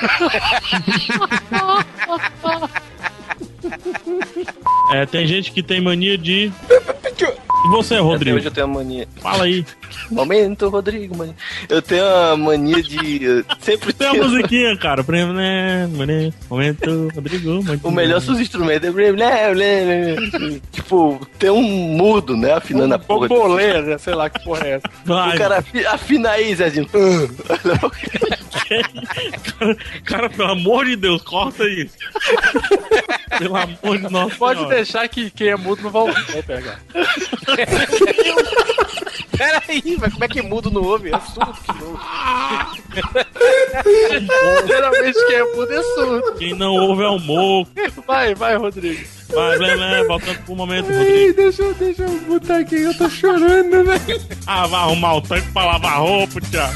É, tem gente que tem mania de... E você, Rodrigo? Hoje eu tenho uma mania. Fala aí. Momento, Rodrigo, mano. Eu tenho uma mania de... Sempre tem uma musiquinha, cara. Momento, Rodrigo. O melhor são os instrumentos. Tipo, tem um mudo, né? Afinando um a porra. Bombolê, né? Sei lá que porra é essa. Vai. O cara afina aí, Zezinho. cara, cara, pelo amor de Deus, corta isso. Pelo amor de Deus. Pode senhora. Deixar que quem é mudo não vai ouvir. Vai pegar. Peraí, mas como é que mudo não ouve? É surdo que não ouve. Geralmente quem é mudo é surdo. Quem não ouve é o moco. Vai, vai, Rodrigo. Vai, vai, vai, voltando pro momento, Rodrigo. Ei, deixa, eu, deixa eu botar aqui, eu tô chorando, velho. Ah, vai arrumar o tanque pra lavar roupa, Thiago.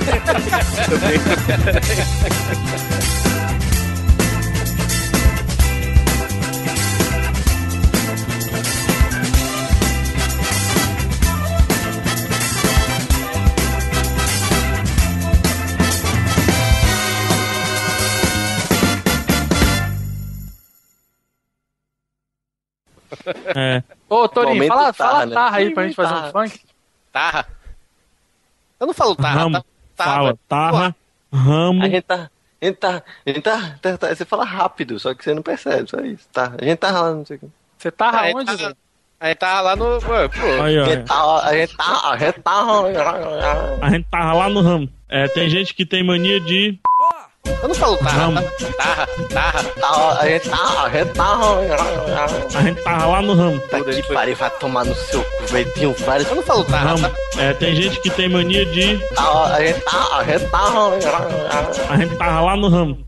É. Ô, Torinho, fala, tarra, fala né? tarra aí pra gente fazer tarra. um funk. Tarra. Eu não falo tarra. Ramo. Tá, tarra. Fala, tarra, ramo. A gente tá... A gente tá, a gente tá, tá, tá, você fala rápido, só que você não percebe, só isso. Tá, a gente tá lá, não sei o que. Você tá ah, onde, Zé? A gente tava lá no... Pô, aí, a, gente tá, a gente tá... A gente tá... A gente tava lá no ramo. É, tem gente que tem mania de... Eu não falo tarra, tarra, tarra, tarra. A gente tá... A gente tá... A gente tava lá no ramo. Tá que pariu, vai tomar no seu cu, velho. Tem vários... Eu não falo tarra. Ramo. É, tem gente que tem mania de... A gente tá... A gente tá... A gente tava lá no ramo.